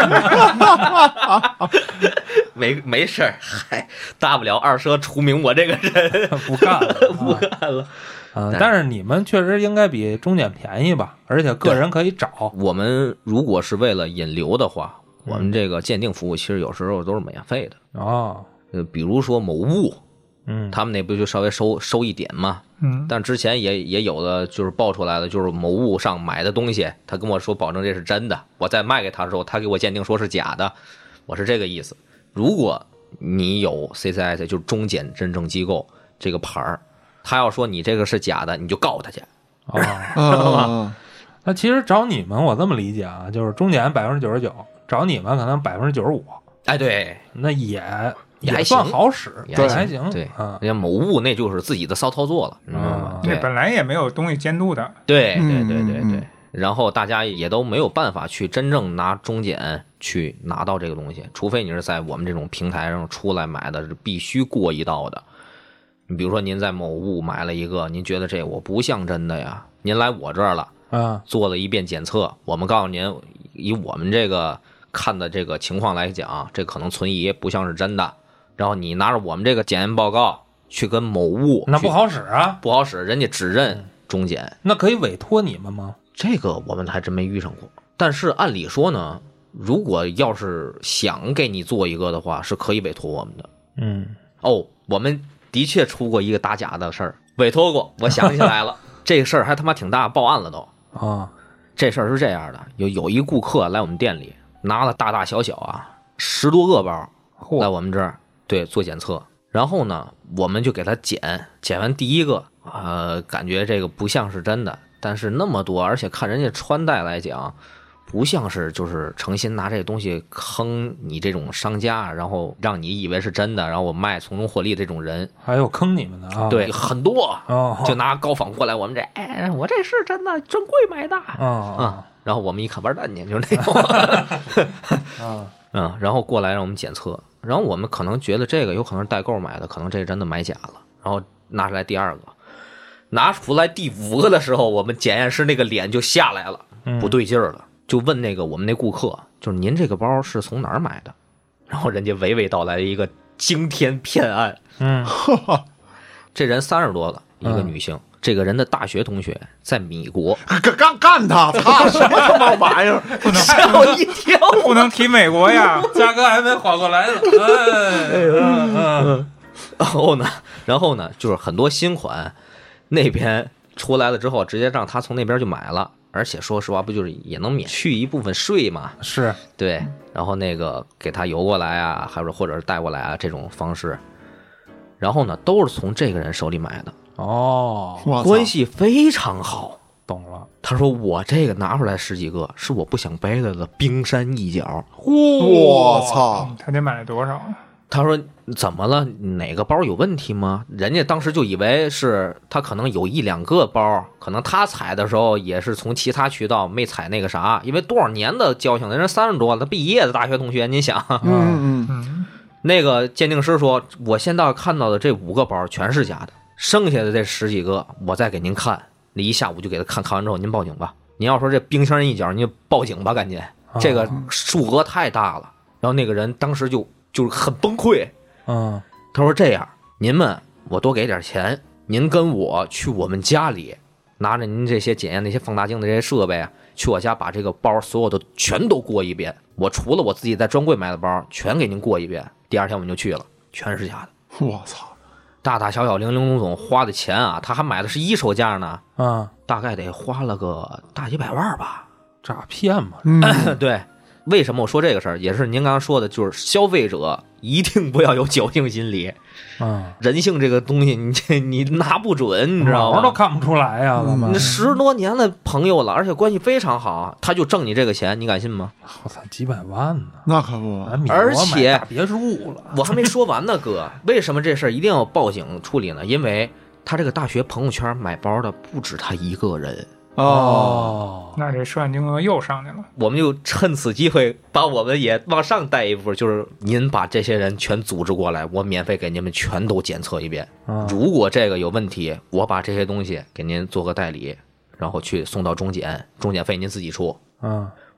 儿。没没事儿，嗨，大不了二奢除名我这个人不干了， 不干了。 啊、呃，但是你们确实应该比中检便宜吧？而且个人可以找。 我们如果是为了引流的话，我们这个鉴定服务其实有时候都是免费的哦。 呃，比如说某物， 嗯， 他们那不就稍微收收一点嘛？ 嗯， 但之前也也有的就是爆出来的，就是某物上买的东西，他跟我说保证这是真的，我在卖给他的时候，他给我鉴定说是假的，我是这个意思。如果你有 C C S 就是中检认证机构这个牌儿，他要说你这个是假的，你就告他去。 哦， 啊， 那其实找你们，我这么理解啊，就是中检百分之九十九，找你们可能百分之九十五。 哎，对， 那也也还算好使， 也还行。 对， 啊， 人家某物那就是自己的骚操作了，你知道吗？ 那对， 本来也没有东西监督的。 对对对对嗯对。然后大家也都没有办法去真正拿中检去拿到这个东西，除非你是在我们这种平台上出来买的，是必须过一道的。你比如说您在某物买了一个，您觉得这我不像真的呀，您来我这儿了， 啊， 做了一遍检测，我们告诉您，以我们这个看的这个情况来讲，这可能存疑，不像是真的。然后你拿着我们这个检验报告去跟某物， 那不好使啊， 不好使，人家只认中检。 那可以委托你们吗？ 这个我们还真没遇上过。但是按理说呢，如果要是想给你做一个的话，是可以委托我们的。 嗯， 哦，我们的确出过一个打假的事儿，委托过。我想起来了，这个事儿还他妈挺大，报案了都。 啊， 这事儿是这样的，有有一顾客来我们店里，拿了大大小小啊十多个包来我们这儿，对，做检测。然后呢，我们就给他检，检完第一个，呃，感觉这个不像是真的，但是那么多，而且看人家穿戴来讲，不像是就是诚心拿这个东西坑你这种商家，然后让你以为是真的，然后我卖从中获利这种人， 还有坑你们的啊？ 对，很多， 哦， 就拿高仿过来，我们这，哎，我这是真的，专柜买的啊啊。然后我们一看，完蛋去，就是那种， 啊， 嗯，然后过来让我们检测，然后我们可能觉得这个有可能是代购买的，可能这个真的买假了，然后拿出来第二个，拿出来第五个的时候，我们检验师那个脸就下来了，不对劲儿了，就问那个我们那顾客，就是您这个包是从哪儿买的？然后人家娓娓道来一个惊天骗案， 嗯， 这人三十多了，一个女性。这个人的大学同学在米国， 干干干他！操，什么他妈玩意儿？ 不能吓我一跳。 不能提美国呀， 嘉哥还没缓过来呢。哎，嗯嗯， 然后呢，然后呢，就是很多新款那边出来了之后，直接让他从那边就买了，而且说实话，不就是也能免去一部分税嘛？ 是， 对。然后那个给他邮过来啊，还是或者是带过来啊，这种方式。然后呢，都是从这个人手里买的。 哦， 关系非常好， 懂了。 他说我这个拿出来十几个，是我不想背了的冰山一角。 我操！ 他得买了多少？ 他说怎么了？哪个包有问题吗？人家当时就以为是他可能有一两个包，可能他采的时候也是从其他渠道没采那个啥，因为多少年的交情，人三十多了，他毕业的大学同学，你想， 嗯嗯嗯， 那个鉴定师说，我现在看到的这五个包全是假的。剩下的这十几个，我再给您看。那一下午就给他看看完之后，您报警吧。您要说这冰山一角，您就报警吧，赶紧。这个数额太大了。然后那个人当时就就很崩溃。 嗯， 他说这样，您们我多给点钱，您跟我去我们家里，拿着您这些检验那些放大镜的这些设备啊，去我家把这个包所有的全都过一遍。我除了我自己在专柜买的包，全给您过一遍。第二天我们就去了，全是假的。 我操！ 大大小小零零总总花的钱啊，他还买的是一手价呢， 啊， 大概得花了个大几百万吧。 诈骗嘛， 嗯， 对，为什么我说这个事儿，也是您刚刚说的，就是消费者一定不要有侥幸心理。 嗯， 人性这个东西，你这你拿不准，你知道吗？ 毛都看不出来呀，咱们那十多年的朋友了，而且关系非常好，他就挣你这个钱，你敢信吗？ 我操，几百万呢！ 那可不， 咱米国而且买大别墅了， 我还没说完呢，哥，为什么这事儿一定要报警处理呢？因为他这个大学朋友圈买包的不止他一个人。 哦， 那这涉案金额又上去了。 我们就趁此机会把我们也往上带一步，就是您把这些人全组织过来，我免费给你们全都检测一遍。 嗯如果这个有问题，我把这些东西给您做个代理，然后去送到中检，中检费您自己出。 嗯，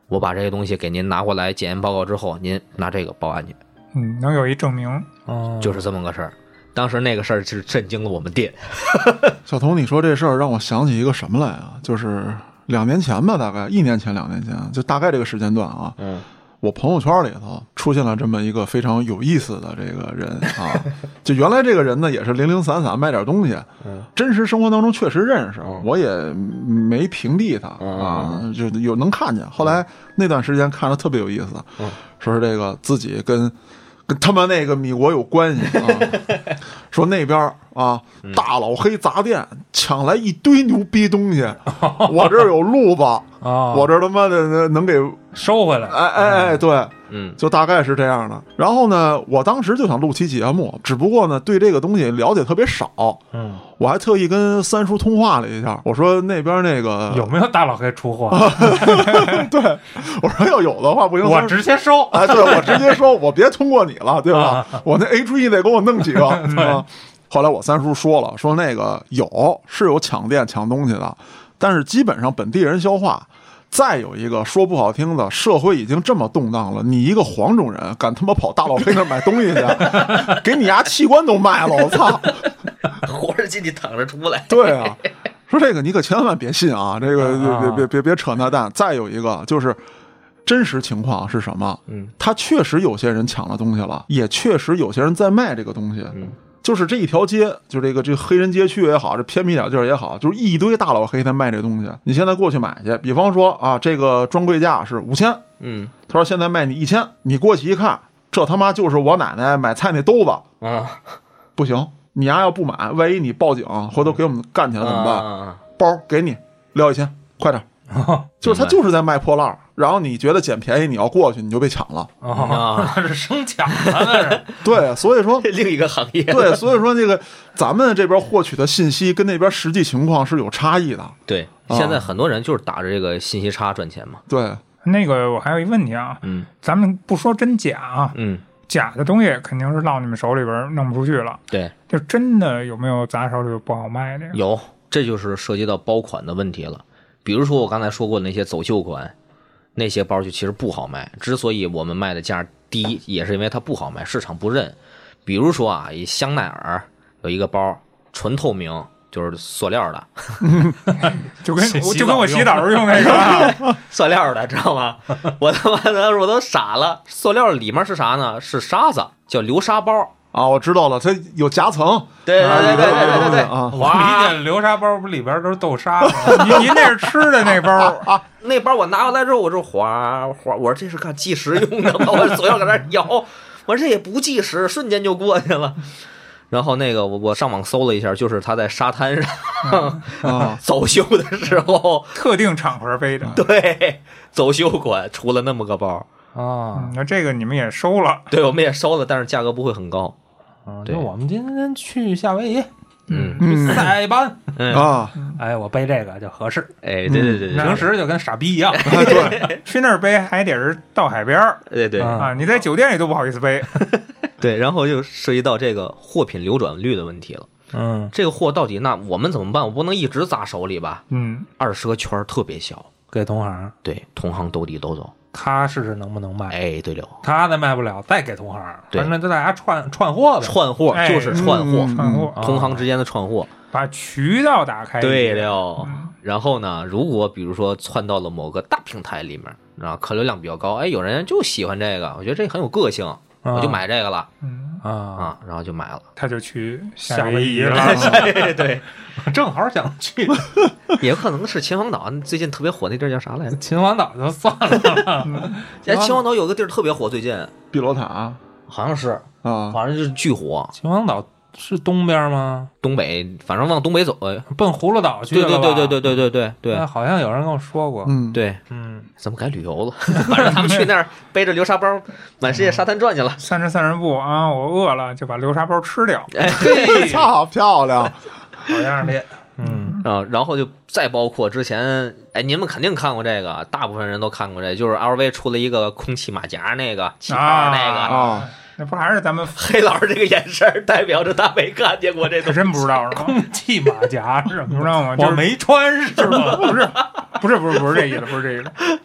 我把这些东西给您拿过来检验报告之后，您拿这个报案去， 嗯，能有一证明， 哦， 就是这么个事儿。当时那个事儿是震惊了我们店。 小童，你说这事儿让我想起一个什么来啊？就是两年前吧，大概一年前、两年前，就大概这个时间段啊。 嗯， 我朋友圈里头出现了这么一个非常有意思的这个人啊，就原来这个人呢也是零零散散卖点东西， 嗯， 真实生活当中确实认识， 嗯、 我也没屏蔽他、 嗯、 啊，就有能看见。后来那段时间看着特别有意思， 嗯， 说是这个自己跟跟他们那个米国有关系啊，说那边啊大老黑杂店抢来一堆牛逼东西，我这儿有路子。 啊， 我这他妈的能给收回来， 哎哎哎，对， 嗯， 就大概是这样的。然后呢，我当时就想录期节目，只不过呢，对这个东西了解特别少。 嗯， 我还特意跟三叔通话了一下，我说那边那个有没有大老黑出货？ 对，我说要有的话不行， 我直接收。 哎，对，我直接收，我别通过你了，对吧？啊、我那 H E 得给我弄几个啊。后来我三叔说了，说那个有是有抢店抢东西的，但是基本上本地人消化。再有一个说不好听的，社会已经这么动荡了，你一个黄种人敢他妈跑大老黑那儿买东西去，给你丫器官都卖了，我操！ 活着进去躺着出来。 对啊，说这个你可千万别信啊，这个别别别别扯那蛋。再有一个就是真实情况是什么？嗯，他确实有些人抢了东西了，也确实有些人在卖这个东西。嗯。就是这一条街，就这个这个黑人街区也好，这偏僻点地儿也好，就是一堆大老黑在卖这东西。你现在过去买去，比方说啊，这个专柜价是五千，嗯，他说现在卖你一千，你过去一看，这他妈就是我奶奶买菜那兜子啊，不行，你丫要不买，万一你报警，回头给我们干起来怎么办？啊、包给你撂一千，快点。就是他就是在卖破烂，然后你觉得捡便宜，你要过去你就被抢了啊！那是生抢啊，那是对，所以说另一个行业对，所以说那个咱们这边获取的信息跟那边实际情况是有差异的。 对，现在很多人就是打着这个信息差赚钱嘛。 对， 那个我还有一问题啊，嗯，咱们不说真假啊，嗯，假的东西肯定是到你们手里边弄不出去了。 对， 就真的有没有咱手里不好卖的？ 有，这就是涉及到包款的问题了。比如说我刚才说过的那些走秀款，那些包就其实不好卖。之所以我们卖的价低，也是因为它不好卖，市场不认。比如说啊，以香奈儿有一个包纯透明，就是塑料的， 就跟就跟我洗澡用那个塑料的，知道吗？我他妈的我都傻了。塑料里面是啥呢？是沙子，叫流沙包。 啊，我知道了，它有夹层。 对对对对对对对啊！ 我理解流沙包不里边都是豆沙吗？您您那是吃的那包啊？那包我拿过来之后，我就哗哗，我说这是干计时用的吗？我左右搁那摇，我说这也不计时，瞬间就过去了。然后那个我我上网搜了一下，就是他在沙滩上、嗯啊、走秀的时候， 特定场合背的， 对，走秀款出了那么个包啊、 嗯。那这个你们也收了？ 对，我们也收了，但是价格不会很高。 啊，就我们今天去夏威夷， 嗯， 去塞班、 嗯、 啊，哎，我背这个就合适。 哎，对对对对， 平时就跟傻逼一样。 对，去那儿背还得是到海边儿。 对对啊，你在酒店里都不好意思背。 对，然后就涉及到这个货品流转率的问题了。 嗯， 这个货到底那我们怎么办？我不能一直砸手里吧？ 嗯， 二十个圈特别小， 给同行。 对，同行兜底兜走。 他试试能不能卖？ 哎，对了， 他再卖不了，再给同行，反正就大家串串货呗。 串货就是串货， 串货， 同行之间的串货， 把渠道打开。 对了，然后呢，如果比如说窜到了某个大平台里面，啊，客流量比较高，哎，有人就喜欢这个，我觉得这很有个性，我就买这个了， 嗯啊啊，然后就买了， 他就去夏威夷了， 对， 正好想去， 也有可能是秦皇岛最近特别火那地儿叫啥来着？ 秦皇岛就算了， 哎，秦皇岛有个地儿特别火，最近碧螺塔好像是啊， 反正就是巨火。 秦皇岛是东边吗？ 东北，反正往东北走， 奔葫芦岛去了吧？ 对对对对对对对对对， 好像有人跟我说过。 嗯， 对， 嗯， 怎么改旅游了？反正他们去那儿背着流沙包，满世界沙滩转去了。 三十三十步啊，我饿了就把流沙包吃掉。 哎， 操，漂亮， 好样的。嗯啊，然后就再包括之前，哎，你们肯定看过这个，大部分人都看过这个，就是 L V 出了一个空气马甲那个气泡那个啊。那不还是咱们黑老师这个眼神代表着他没看见过这个， 真不知道是吗？ 空气马甲是不知道吗？ 我没穿是吗？ 不是，不是，不是，不是这意思，不是这意思。呃，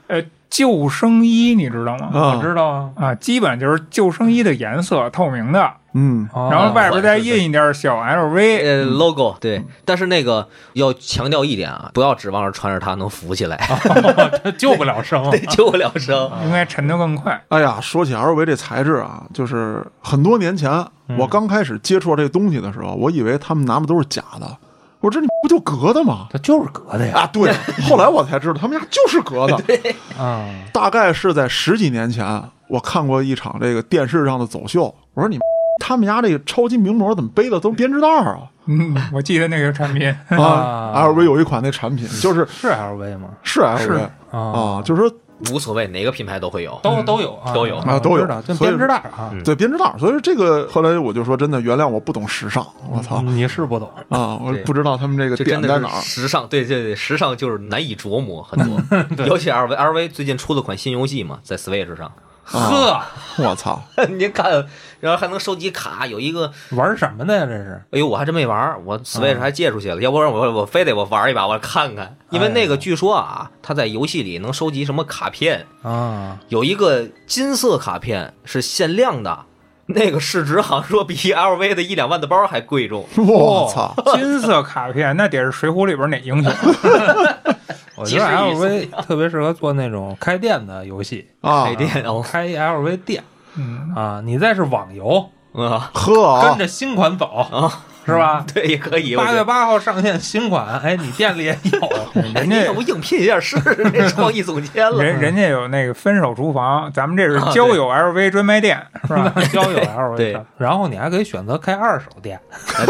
救生衣，你知道吗？ 我啊， 知道啊。 啊，基本就是救生衣的颜色，透明的， 嗯， 哦然后外边再印一点小 L V。 呃，logo 对，但是那个要强调一点啊，不要指望着穿着它能浮起来， 他救不了生， 对，救不了生。 应该沉得更快。 哎呀，说起 L V 这材质啊，就是很多年前我刚开始接触这东西的时候，我以为他们拿的都是假的。我说这你不就革的吗？ 他就是革的呀。 啊，对。后来我才知道他们家就是革的。 啊， 大概是在十几年前，我看过一场这个电视上的走秀。我说你他们家这个超级名模怎么背的都编织袋啊？ 嗯，我记得那个产品， 啊，L V 有一款那产品就是是 L V 吗？ 是 L V 啊啊，就是说无所谓，哪个品牌都会有。 都都有啊都有啊都有知道就所以编织袋啊。 对编织袋，所以这个后来我就说真的，原谅我不懂时尚，我操你是不懂， 啊，我对不知道他们这个就真的点在哪儿是时尚，对对对，时尚就是难以琢磨很多。尤其 L V，L V 最近出了款新游戏嘛，在 Switch 上， 呵， 我操， 您看，然后还能收集卡，有一个， 玩什么的呀？这是哎呦，我还真没玩，我 Switch 还借出去了，要不然我我非得我玩一把，我看看，因为那个据说啊，它在游戏里能收集什么卡片， 啊， 有一个金色卡片是限量的。那个市值好像说比 L V 的一两万的包还贵重， 我操， 金色卡片，那得是《水浒》里边哪英雄？ 我觉得 L V 特别适合做那种开店的游戏， 啊开店哦， 开一 L V 店嗯， 啊，你再是网游， 啊， 呵啊， 跟着新款走啊， 是吧？ 对，也可以。 八月八号上线新款，哎，你店里也有， 人家要不应聘一下试试那创意总监了？ 人人家有那个分手厨房，咱们这是啊交友 L V 专卖店，是吧？ 交友 L V 对的，然后你还可以选择开二手店，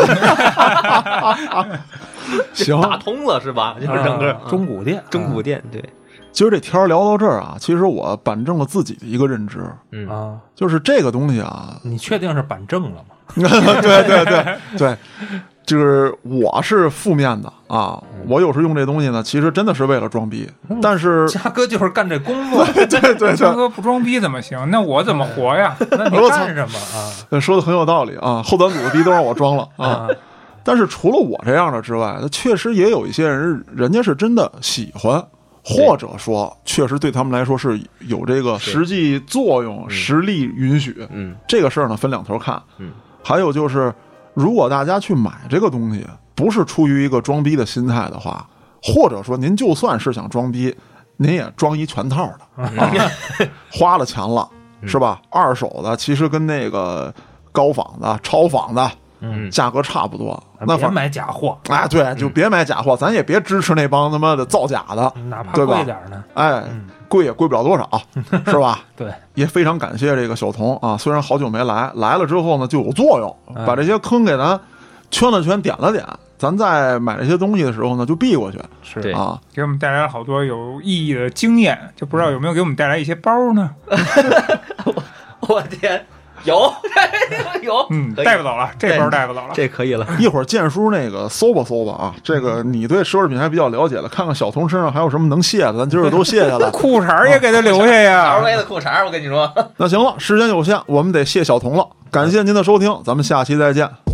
行， 打通了是吧？就是整个啊中古店， 中古店，对， 今儿这天儿聊到这儿啊，其实我板正了自己的一个认知， 嗯啊， 就是这个东西啊， 你确定是板正了吗？ 对对对对，就是我是负面的啊，我有时候用这东西呢，其实真的是为了装逼，但是嘉哥就是干这工作， 对对对， 江哥不装逼怎么行？那我怎么活呀？ 那你干什么啊？ 说的很有道理啊，后端组的逼都让我装了啊。 啊， 但是除了我这样的之外，那确实也有一些人，人家是真的喜欢，或者说确实对他们来说是有这个实际作用、实力允许。 嗯这个事儿呢分两头看。 嗯， 还有就是，如果大家去买这个东西，不是出于一个装逼的心态的话，或者说您就算是想装逼，您也装一全套的，啊、花了钱了是吧？二手的其实跟那个高仿的、超仿的。 嗯， 价格差不多，那反别买假货， 哎，对，就别买假货，咱也别支持那帮他妈的造假的， 哪怕对吧贵点呢。 哎， 嗯贵也贵不了多少，是吧？ 对， 也非常感谢这个小童啊，虽然好久没来，来了之后呢就有作用， 哎把这些坑给咱圈了圈、点了点，咱在买这些东西的时候呢就避过去是对啊。 给我们带来了好多有意义的经验，就不知道有没有给我们带来一些包呢？ 我天，有有， 嗯， 可以带不走了，这包带不走了。 这可以了。 一会儿建叔那个搜吧搜吧啊，这个你对奢侈品还比较了解了，看看小童身上还有什么能卸的，咱今儿都卸下来。 裤衩也给他留下呀 L V 的裤衩，我跟你说。 那行了，时间有限，我们得谢小童了。感谢您的收听，咱们下期再见。